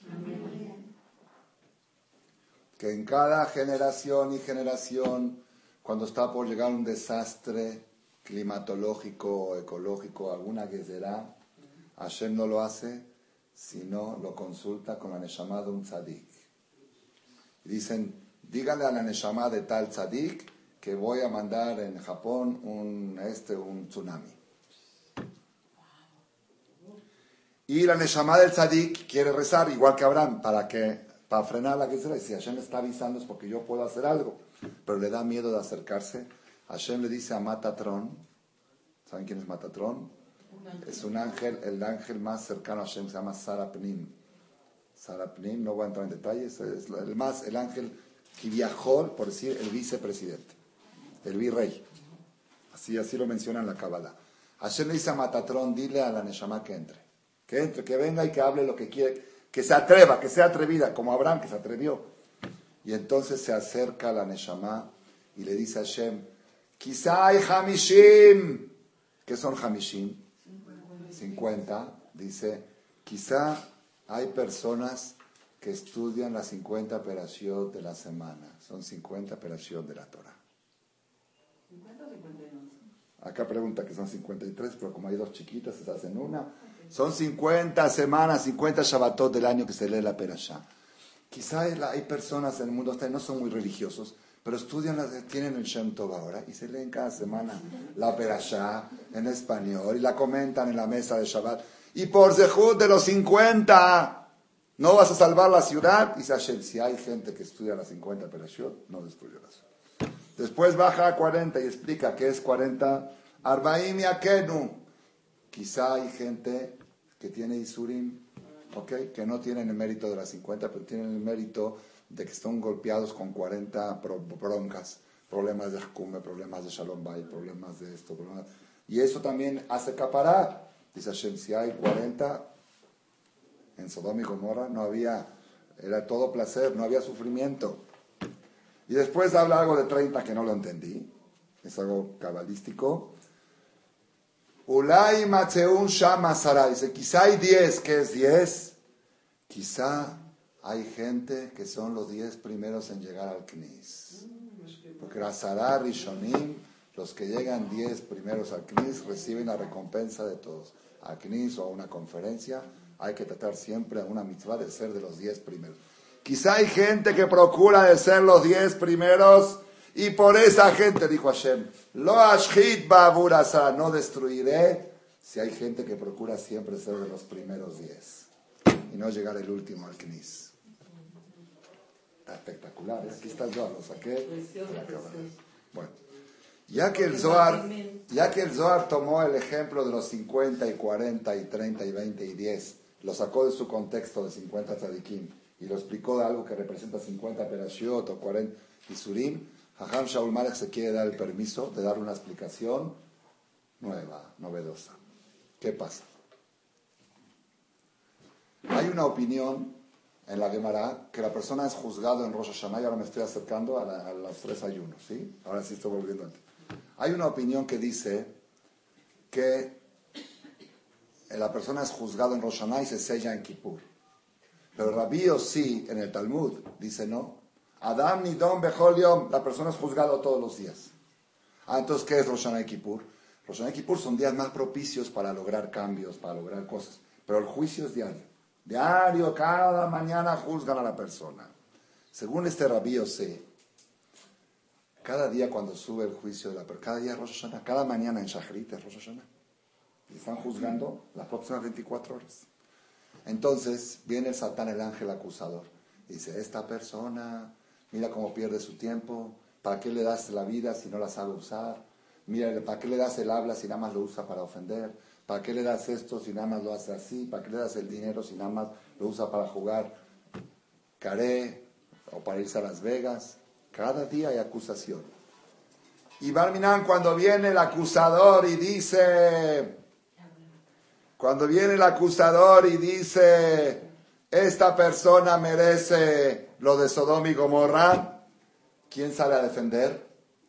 [SPEAKER 1] que en cada generación y generación, cuando está por llegar un desastre climatológico o ecológico, alguna gezerá, Hashem no lo hace, sino lo consulta con la neshama de un tzadik. Y dicen, díganle a la neshama de tal tzadik que voy a mandar en Japón un, este, un tsunami. Y la neshama del tzadik quiere rezar, igual que Abraham, para que para frenar la gezerá. Y si Hashem me está avisando es porque yo puedo hacer algo. Pero le da miedo de acercarse. Hashem le dice a Matatrón, ¿saben quién es Matatrón? Es un ángel, el ángel más cercano a Hashem se llama Sarapnim. Sarapnim, no voy a entrar en detalles, es el más, el ángel que viajó, por decir, el vicepresidente, el virrey. Así, así lo menciona en la Kabbalah. Hashem le dice a Matatrón, dile a la Neshama que entre, que entre, que venga y que hable lo que quiere, que se atreva, que sea atrevida, como Abraham, que se atrevió. Y entonces se acerca a la Neshama y le dice a Hashem, quizá hay Hamishim. ¿Qué son Hamishim? cincuenta, dice, quizá hay personas que estudian las cincuenta perashot de la semana. Son cincuenta perashot de la Torah.
[SPEAKER 3] ¿cincuenta o cincuenta y dos?
[SPEAKER 1] Acá pregunta que son cincuenta y tres, pero como hay dos chiquitas, se hacen una. Son cincuenta semanas, cincuenta Shabbatot del año que se lee la perashá. Quizá hay, hay personas en el mundo, no son muy religiosos, pero estudian, las, tienen el Shem Tov ahora y se leen cada semana la perashá en español y la comentan en la mesa de Shabbat. Y por Zehut de los cincuenta, ¿no vas a salvar la ciudad? Dice Hashem, si hay gente que estudia las cincuenta perashot, no destruye la ciudad. Después baja a cuarenta y explica qué es cuarenta. Arbaim yakenu. Quizá hay gente que tiene Isurim, ¿okay? Que no tienen el mérito de las cincuenta, pero tienen el mérito de que están golpeados con cuarenta broncas, problemas de Jkume, problemas de Shalom Bayit, problemas de esto, problemas... y eso también hace caparar. Dice Hashem, si hay cuarenta, en Sodoma y Gomorra no había, era todo placer, no había sufrimiento. Y después habla algo de treinta que no lo entendí, es algo cabalístico. Ulay Matzeun Shama Sara, dice, quizá hay diez, ¿qué es diez? Quizá hay gente que son los diez primeros en llegar al Knis. Porque la Sarah Rishonim, los que llegan diez primeros al Knis, reciben la recompensa de todos. Al Knis o a una conferencia, hay que tratar siempre a una mitzvah de ser de los diez primeros. Quizá hay gente que procura de ser los diez primeros, y por esa gente, dijo Hashem, Lo ashhit ba'avur asara, no destruiré, si hay gente que procura siempre ser de los primeros diez, y no llegar el último al Knis. Está espectacular, ¿eh? Aquí está yo, lo saqué. Bueno, Ya que el Zohar, ya que el Zohar tomó el ejemplo de los cincuenta y cuarenta y treinta y veinte y diez, lo sacó de su contexto de cincuenta tzadikim y lo explicó de algo que representa cincuenta perashiot o cuarenta isurim, Jajam Shaul Malek se quiere dar el permiso de dar una explicación nueva, novedosa. ¿Qué pasa? Hay una opinión en la Gemara que la persona es juzgado en Rosh Hashanah, y ahora me estoy acercando a, la, a los tres ayunos, ¿sí? Ahora sí estoy volviendo antes. Hay una opinión que dice que la persona es juzgado en Rosh Hashanah y se sella en Kippur. Pero Rabbi Yossi en el Talmud dice no. Adam Nidon Bechol Yom, la persona es juzgado todos los días. Ah, entonces, ¿qué es Rosh Hashanah y Kippur? Rosh Hashanah y Kippur son días más propicios para lograr cambios, para lograr cosas. Pero el juicio es diario. Diario, cada mañana juzgan a la persona. Según este Rabbi Yossi, cada día cuando sube el juicio de la persona, cada día es Rosh Hashanah, cada mañana en Shachrit es Rosh Hashanah. Y están juzgando las próximas veinticuatro horas. Entonces viene el Satán, el ángel acusador. Dice, esta persona, mira cómo pierde su tiempo. ¿Para qué le das la vida si no la sabe usar? Mira, ¿para qué le das el habla si nada más lo usa para ofender? ¿Para qué le das esto si nada más lo hace así? ¿Para qué le das el dinero si nada más lo usa para jugar caré o para irse a Las Vegas? Cada día hay acusación. Y Barminan, cuando viene el acusador y dice... Cuando viene el acusador y dice, esta persona merece lo de Sodoma y Gomorra, ¿quién sale a defender?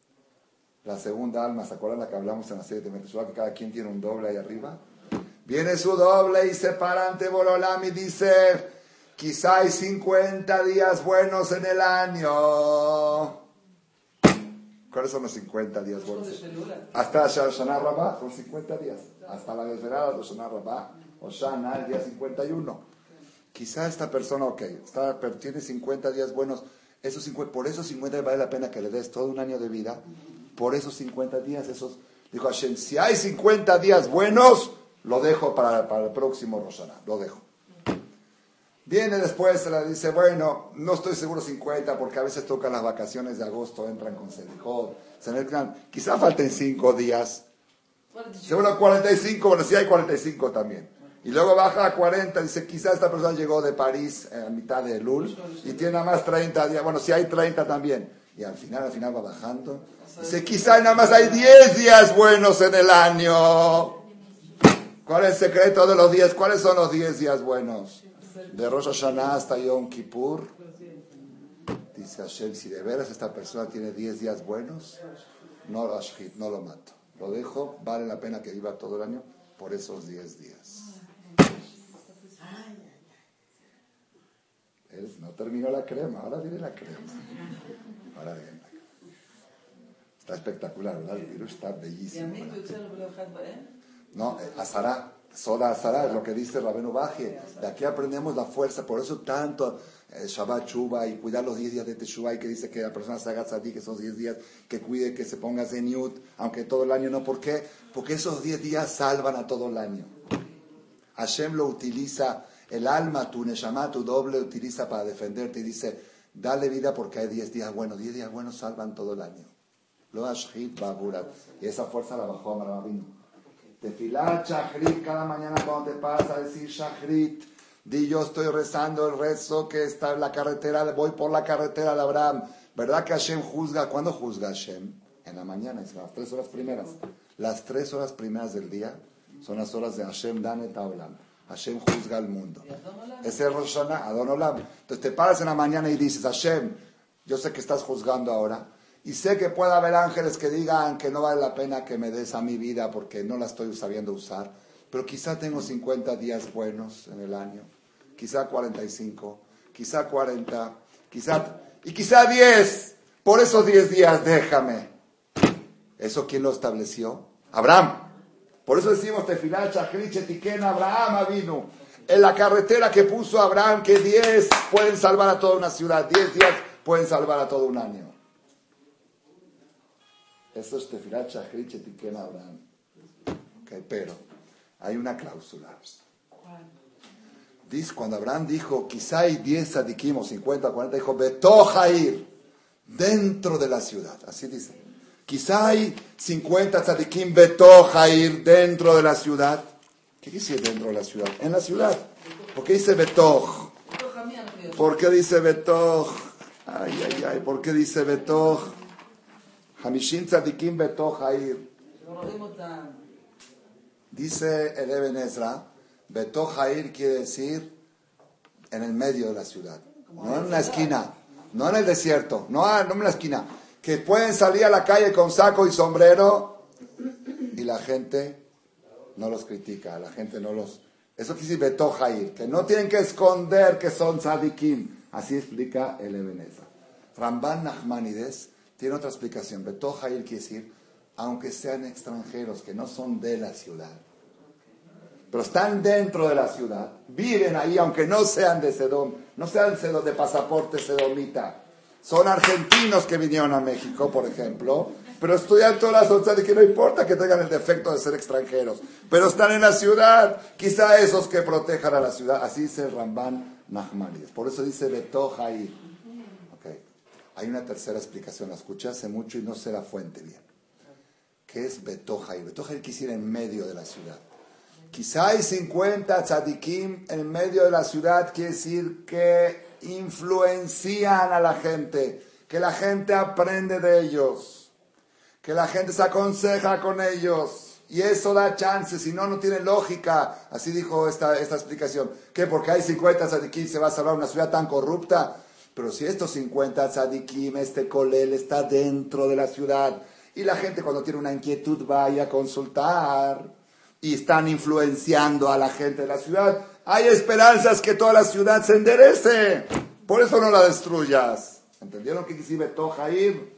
[SPEAKER 1] La segunda alma, ¿se acuerdan la que hablamos en la serie de Meteshua, que cada quien tiene un doble ahí arriba? Viene su doble y se para ante Borolam y dice, quizá hay cincuenta días buenos en el año. ¿Cuáles son los cincuenta días buenos? Hasta Shana Rabbah son cincuenta días. Hasta la desvelada de Shana Rabbah, o Shana, el día cincuenta y uno. Quizá esta persona, ok, está, pero tiene cincuenta días buenos. Esos cincuenta, por esos cincuenta vale la pena que le des todo un año de vida. Por esos cincuenta días, esos, dijo Hashem, si hay cincuenta días buenos, lo dejo para, para el próximo Rosh Hashanah, lo dejo. Viene después, se le dice, bueno, no estoy seguro cincuenta, porque a veces tocan las vacaciones de agosto, entran con Selijot, se mezclan, quizá falten cinco días. Seguro cuarenta y cinco, bueno, sí hay cuarenta y cinco también. Y luego baja a cuarenta, dice, quizá esta persona llegó de París eh, a mitad de Elul, y tiene nada más treinta días, bueno, sí hay treinta también. Y al final, al final va bajando. Dice, quizá nada más hay diez días buenos en el año. ¿Cuál es el secreto de los diez? ¿Cuáles son los diez días buenos? De Rosh Hashanah hasta Yom Kippur. Dice Hashem, si de veras esta persona tiene diez días buenos, no lo ashhit, no lo mato. Lo dejo, vale la pena que viva todo el año por esos diez días. Él no terminó la crema, ahora viene la crema. Ahora viene la crema. Está espectacular, ¿verdad? El virus está bellísimo. No, Azara. Soda Azara es lo que dice Rabenu Bajie. De aquí aprendemos la fuerza. Por eso tanto eh, Shabbat Shuba y cuidar los diez días de Teshuvah, y que dice que la persona se haga tzaddik, que esos diez días, que cuide, que se ponga zeniut, aunque todo el año no. ¿Por qué? Porque esos diez días salvan a todo el año. Hashem lo utiliza, el alma, tu neshama, tu doble, utiliza para defenderte y dice, dale vida porque hay diez días buenos. diez días buenos salvan todo el año. Lo ashhit baburat. Y esa fuerza la bajó a Marabino. Tefilat, Shachrit, cada mañana cuando te paras a decir Shachrit, di yo estoy rezando el rezo que está en la carretera, voy por la carretera de Abraham. ¿Verdad que Hashem juzga? ¿Cuándo juzga Hashem? En la mañana, es las tres horas primeras. Las tres horas primeras del día son las horas de Hashem Danet Olam. Hashem juzga al mundo. Ese es Rosh Hashanah, Adon Olam. Entonces te paras en la mañana y dices, Hashem, yo sé que estás juzgando ahora. Y sé que puede haber ángeles que digan que no vale la pena que me des a mi vida porque no la estoy sabiendo usar. Pero quizá tengo cincuenta días buenos en el año. Quizá cuarenta y cinco. Quizá cuarenta. Quizá, y quizá diez. Por esos diez días déjame. ¿Eso quién lo estableció? Abraham. Por eso decimos Tefilá, Shachrit, Shetiken, Abraham Avinu. En la carretera que puso Abraham que diez pueden salvar a toda una ciudad. diez días pueden salvar a todo un año. Eso es Tefilat Shachrit Shetiken Abraham. Okay, pero hay una cláusula. Dice, cuando Abraham dijo, quizá hay diez tzadikim o cincuenta, cuarenta, dijo, Betojair, dentro de la ciudad. Así dice. Quizá hay cincuenta tzadikim Betoch Hair dentro de la ciudad. ¿Qué quiere decir dentro de la ciudad? En la ciudad. ¿Por qué dice Betoch? ¿Por qué dice Betoch? Ay, ay, ay. ¿Por qué dice Betoch? Hamishim tzadikim Betoch Hair. Dice el Eben Ezra, Betoch Hair quiere decir en el medio de la ciudad. No en una esquina. No en el desierto. No, no en la esquina. Que pueden salir a la calle con saco y sombrero y la gente no los critica, la gente no los... Eso quiere decir Betoch Hair, que no tienen que esconder que son tzadikim. Así explica el Eben Ezra. Ramban Nachmanides tiene otra explicación. Betoch Hair quiere decir, aunque sean extranjeros, que no son de la ciudad, pero están dentro de la ciudad, viven ahí, aunque no sean de Sedom, no sean de pasaporte sedomita. Son argentinos que vinieron a México, por ejemplo, pero estudian todas las otras, y que no importa que tengan el defecto de ser extranjeros, pero están en la ciudad, quizá esos que protejan a la ciudad. Así dice el Ramban Nachmanides. Por eso dice Betoch Hair. Okay. Hay una tercera explicación, la escuché hace mucho y no sé la fuente bien. ¿Qué es Betoch Hair? Betoch Hair quiere decir en medio de la ciudad. Quizá hay cincuenta tzadikim en medio de la ciudad, quiere decir que influencian a la gente, que la gente aprende de ellos, que la gente se aconseja con ellos, y eso da chance, si no, no tiene lógica. Así dijo esta, esta explicación. ¿Qué? Porque hay cincuenta tzadikim se va a salvar una ciudad tan corrupta. Pero si estos cincuenta tzadikim, este kolel está dentro de la ciudad, y la gente cuando tiene una inquietud vaya a consultar, y están influenciando a la gente de la ciudad, hay esperanzas que toda la ciudad se enderece. Por eso no la destruyas. ¿Entendieron qué quiere Betoch Hair?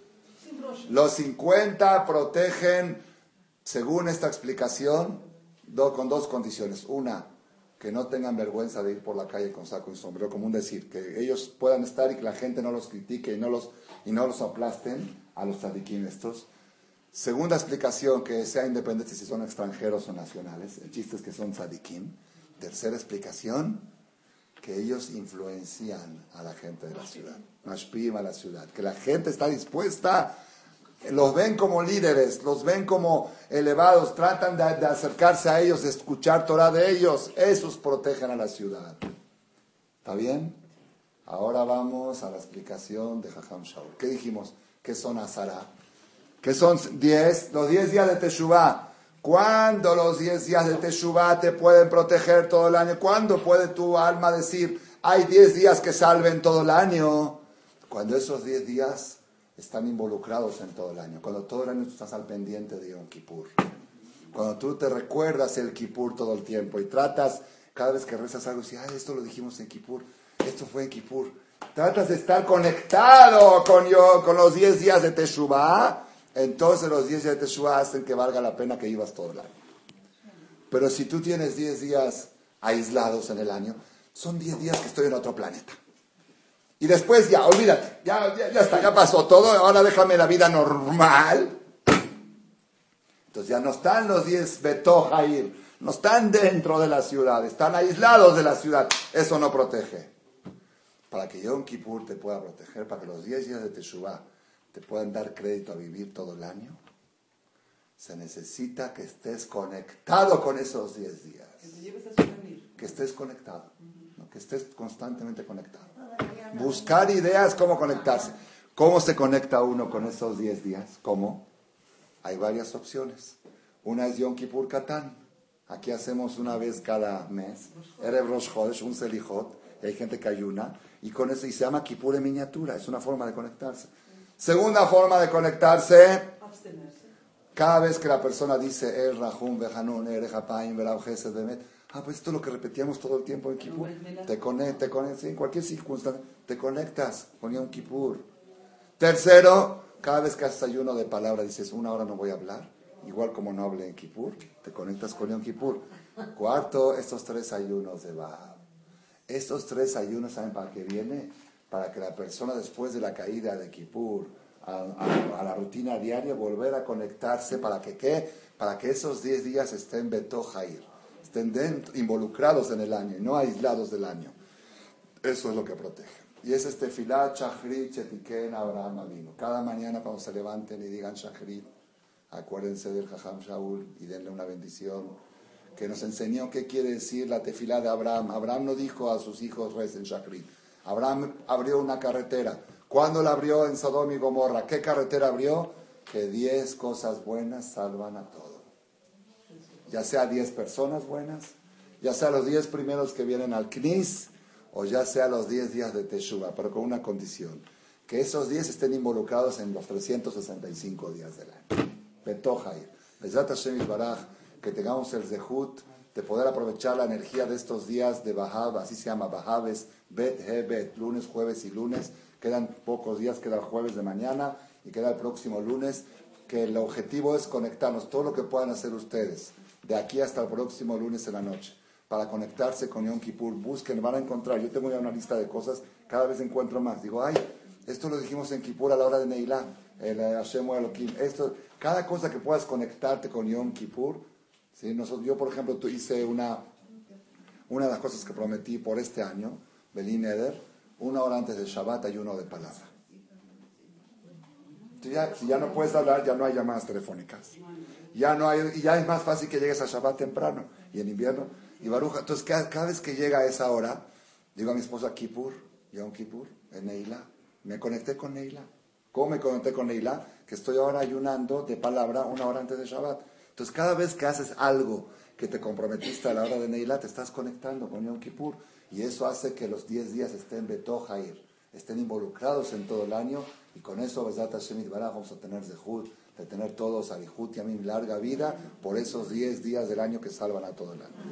[SPEAKER 1] Los cincuenta protegen, según esta explicación, do, con dos condiciones. Una, que no tengan vergüenza de ir por la calle con saco y sombrero, como un decir, que ellos puedan estar y que la gente no los critique y no los, y no los aplasten a los tzadikim estos. Segunda explicación, que sea independiente si son extranjeros o nacionales. El chiste es que son tzadikim. Tercera explicación, que ellos influencian a la gente de la ciudad. Mashpim a la ciudad. Que la gente está dispuesta, los ven como líderes, los ven como elevados, tratan de, de acercarse a ellos, de escuchar Torah de ellos. Esos protegen a la ciudad. ¿Está bien? Ahora vamos a la explicación de Jajam Shaul. ¿Qué dijimos? ¿Qué son Azara? Que son diez, los diez días de Teshuvah. ¿Cuándo los diez días de Teshuvah te pueden proteger todo el año? ¿Cuándo puede tu alma decir, hay diez días que salven todo el año? Cuando esos diez días están involucrados en todo el año. Cuando todo el año tú estás al pendiente de Yom Kippur. Cuando tú te recuerdas el Kippur todo el tiempo y tratas, cada vez que rezas algo, y dices, ay, esto lo dijimos en Kippur, esto fue en Kippur. Tratas de estar conectado con, yo, con los diez días de Teshuvah. Entonces los diez días de Teshuvah hacen que valga la pena que vivas todo el año. Pero si tú tienes diez días aislados en el año, son diez días que estoy en otro planeta. Y después ya, olvídate, ya, ya, ya está, ya pasó todo, ahora déjame la vida normal. Entonces ya no están los diez Betoch Hair, no están dentro de la ciudad, están aislados de la ciudad. Eso no protege. Para que Yom Kippur te pueda proteger, para que los diez días de Teshuvah te pueden dar crédito a vivir todo el año, se necesita que estés conectado con esos diez días.
[SPEAKER 3] Que te lleves a souvenir.
[SPEAKER 1] Que estés conectado, ¿no? Que estés constantemente conectado. Buscar ideas cómo conectarse. ¿Cómo se conecta uno con esos diez días? ¿Cómo? Hay varias opciones. Una es Yom Kippur Katán. Aquí hacemos una vez cada mes. Erev Rosh Chodesh, un Selichot. Y hay gente que ayuna. Y con eso y se llama Kippur en miniatura. Es una forma de conectarse. Segunda forma de conectarse, cada vez que la persona dice El Rahum Behanun, El Hapaim, Verav Gesed Bemet, ah, pues esto es lo que repetíamos todo el tiempo en Kippur. Te conectas, te conectas, en cualquier circunstancia, te conectas con Yom Kippur. Tercero, cada vez que haces ayuno de palabra, dices, una hora no voy a hablar, igual como no hablé en Kippur, te conectas con Yom Kippur. Cuarto, estos tres ayunos de Bab. Estos tres ayunos, ¿saben para qué viene? Para que la persona después de la caída de Kippur a, a, a la rutina diaria volver a conectarse para que ¿qué? Para que esos diez días estén Betoch Hair, estén dentro, involucrados en el año y no aislados del año. Eso es lo que protege. Y es este Tefilá Shachrit Shetiken Abraham Avinu. Cada mañana cuando se levanten y digan Shachrit, acuérdense del Jajam Shaul y denle una bendición. Que nos enseñó qué quiere decir la Tefilá de Abraham. Abraham no dijo a sus hijos recen Shachrit. Abraham abrió una carretera. ¿Cuándo la abrió? En Sodoma y Gomorra. ¿Qué carretera abrió? Que diez cosas buenas salvan a todo. Ya sea diez personas buenas, ya sea los diez primeros que vienen al Knis, o ya sea los diez días de Teshuvah, pero con una condición, que esos diez estén involucrados en los trescientos sesenta y cinco días del año. Betojair. Bezrat Hashem Yisbaraj, que tengamos el zehut de poder aprovechar la energía de estos días de Bahab, así se llama Bahabes, Bet, He, Bet, lunes, jueves y lunes. Quedan pocos días, queda el jueves de mañana y queda el próximo lunes, que el objetivo es conectarnos, todo lo que puedan hacer ustedes, de aquí hasta el próximo lunes en la noche, para conectarse con Yom Kippur. Busquen, van a encontrar, yo tengo ya una lista de cosas, cada vez encuentro más. Digo, ay, esto lo dijimos en Kippur a la hora de Neilá, el Hashem o Elohim. Esto, cada cosa que puedas conectarte con Yom Kippur, ¿sí? Nosotros, yo por ejemplo tú hice una, una de las cosas que prometí por este año, Belín Eder, una hora antes del Shabbat hay uno de palabra. Si ya, si ya no puedes hablar, ya no hay llamadas telefónicas. Ya no hay, y ya es más fácil que llegues a Shabbat temprano y en invierno. Y Baruja, entonces cada, cada vez que llega a esa hora, digo a mi esposa Kippur, Yom Kippur, en Neilá, me conecté con Neilá. ¿Cómo me conecté con Neilá? Que estoy ahora ayunando de palabra una hora antes de Shabbat. Entonces cada vez que haces algo que te comprometiste a la hora de Neilá, te estás conectando con Yom Kippur. Y eso hace que los diez días estén betojair, estén involucrados en todo el año. Y con eso, Bezrat Hashem Yitbaraj, vamos a tener zehut, de tener todos arihut y amim, larga vida, por esos diez días del año que salvan a todo el año.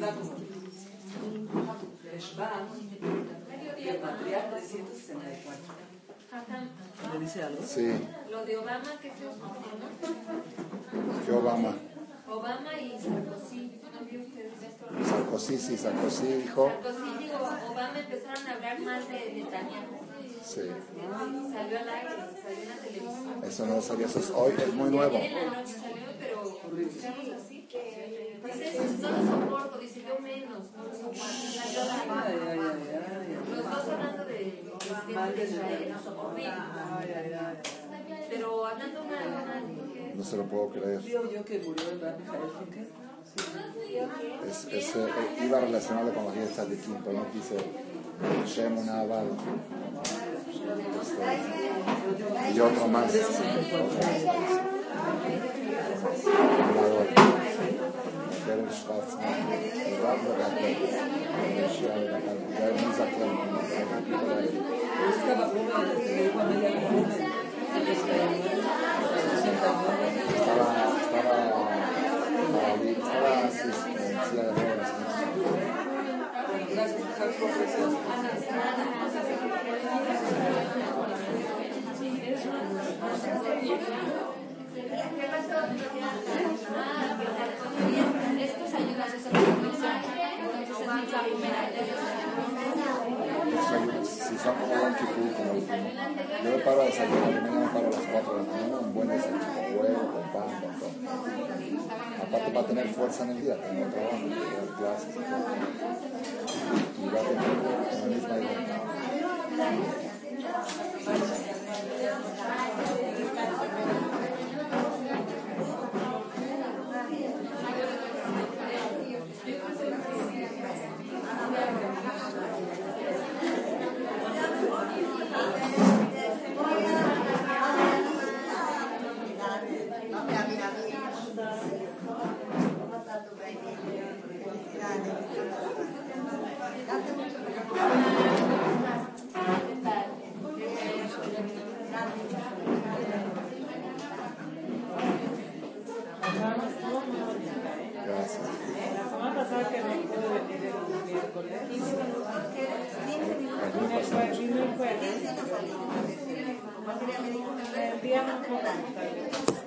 [SPEAKER 3] ¿Le dice algo?
[SPEAKER 1] Sí.
[SPEAKER 2] Lo de Obama, ¿qué es eso?
[SPEAKER 1] ¿Qué Obama?
[SPEAKER 2] Obama y Sarkozy. ¿No vio ustedes esto?
[SPEAKER 1] Sarkozy, sí, Sarkozy dijo.
[SPEAKER 2] Sarkozy, digo, Obama empezaron a hablar más de Netanyahu.
[SPEAKER 1] Sí.
[SPEAKER 2] Salió al aire, salió en la televisión.
[SPEAKER 1] Eso no lo sabía, eso es hoy, es muy nuevo.
[SPEAKER 2] Ayer en la noche salió, pero escuchamos así que dice, no lo soporto, dice yo menos, no lo soporto. Salió al aire. Los dos hablando de presidente de Israel, horrible. Pero hablando mal,
[SPEAKER 1] No se lo puedo creer.
[SPEAKER 3] Digo yo que murió el Rabbi Jael Finkel.
[SPEAKER 1] Es, es, eh, iba a relacionarlo con los diez tzadikim, pero no quise. Shem una aval. Y otro más. Keren Schwarzman. Rav Legatel. Shia Legatel. Yair Mizakel.
[SPEAKER 3] Busca la prueba de que cuando ella era joven,
[SPEAKER 1] Estaba, estaba, estaba así, en silla de ruedas.
[SPEAKER 3] gracias a las profesiones.
[SPEAKER 2] estos ayudan a esa transmisión. Entonces es la primera.
[SPEAKER 1] Si son como Yom Kippur, como el último. Yo me paro a desayunar, yo me paro a las cuatro de la mañana, un buen desayuno, con huevo, con pan, con todo. Aparte para tener fuerza en el día, tengo trabajo, tengo clases y todo. Y va a tener en la misma idea. Gracias.
[SPEAKER 4] La semana pasada que me pude venir el miércoles, vino el jueves, el día no puedo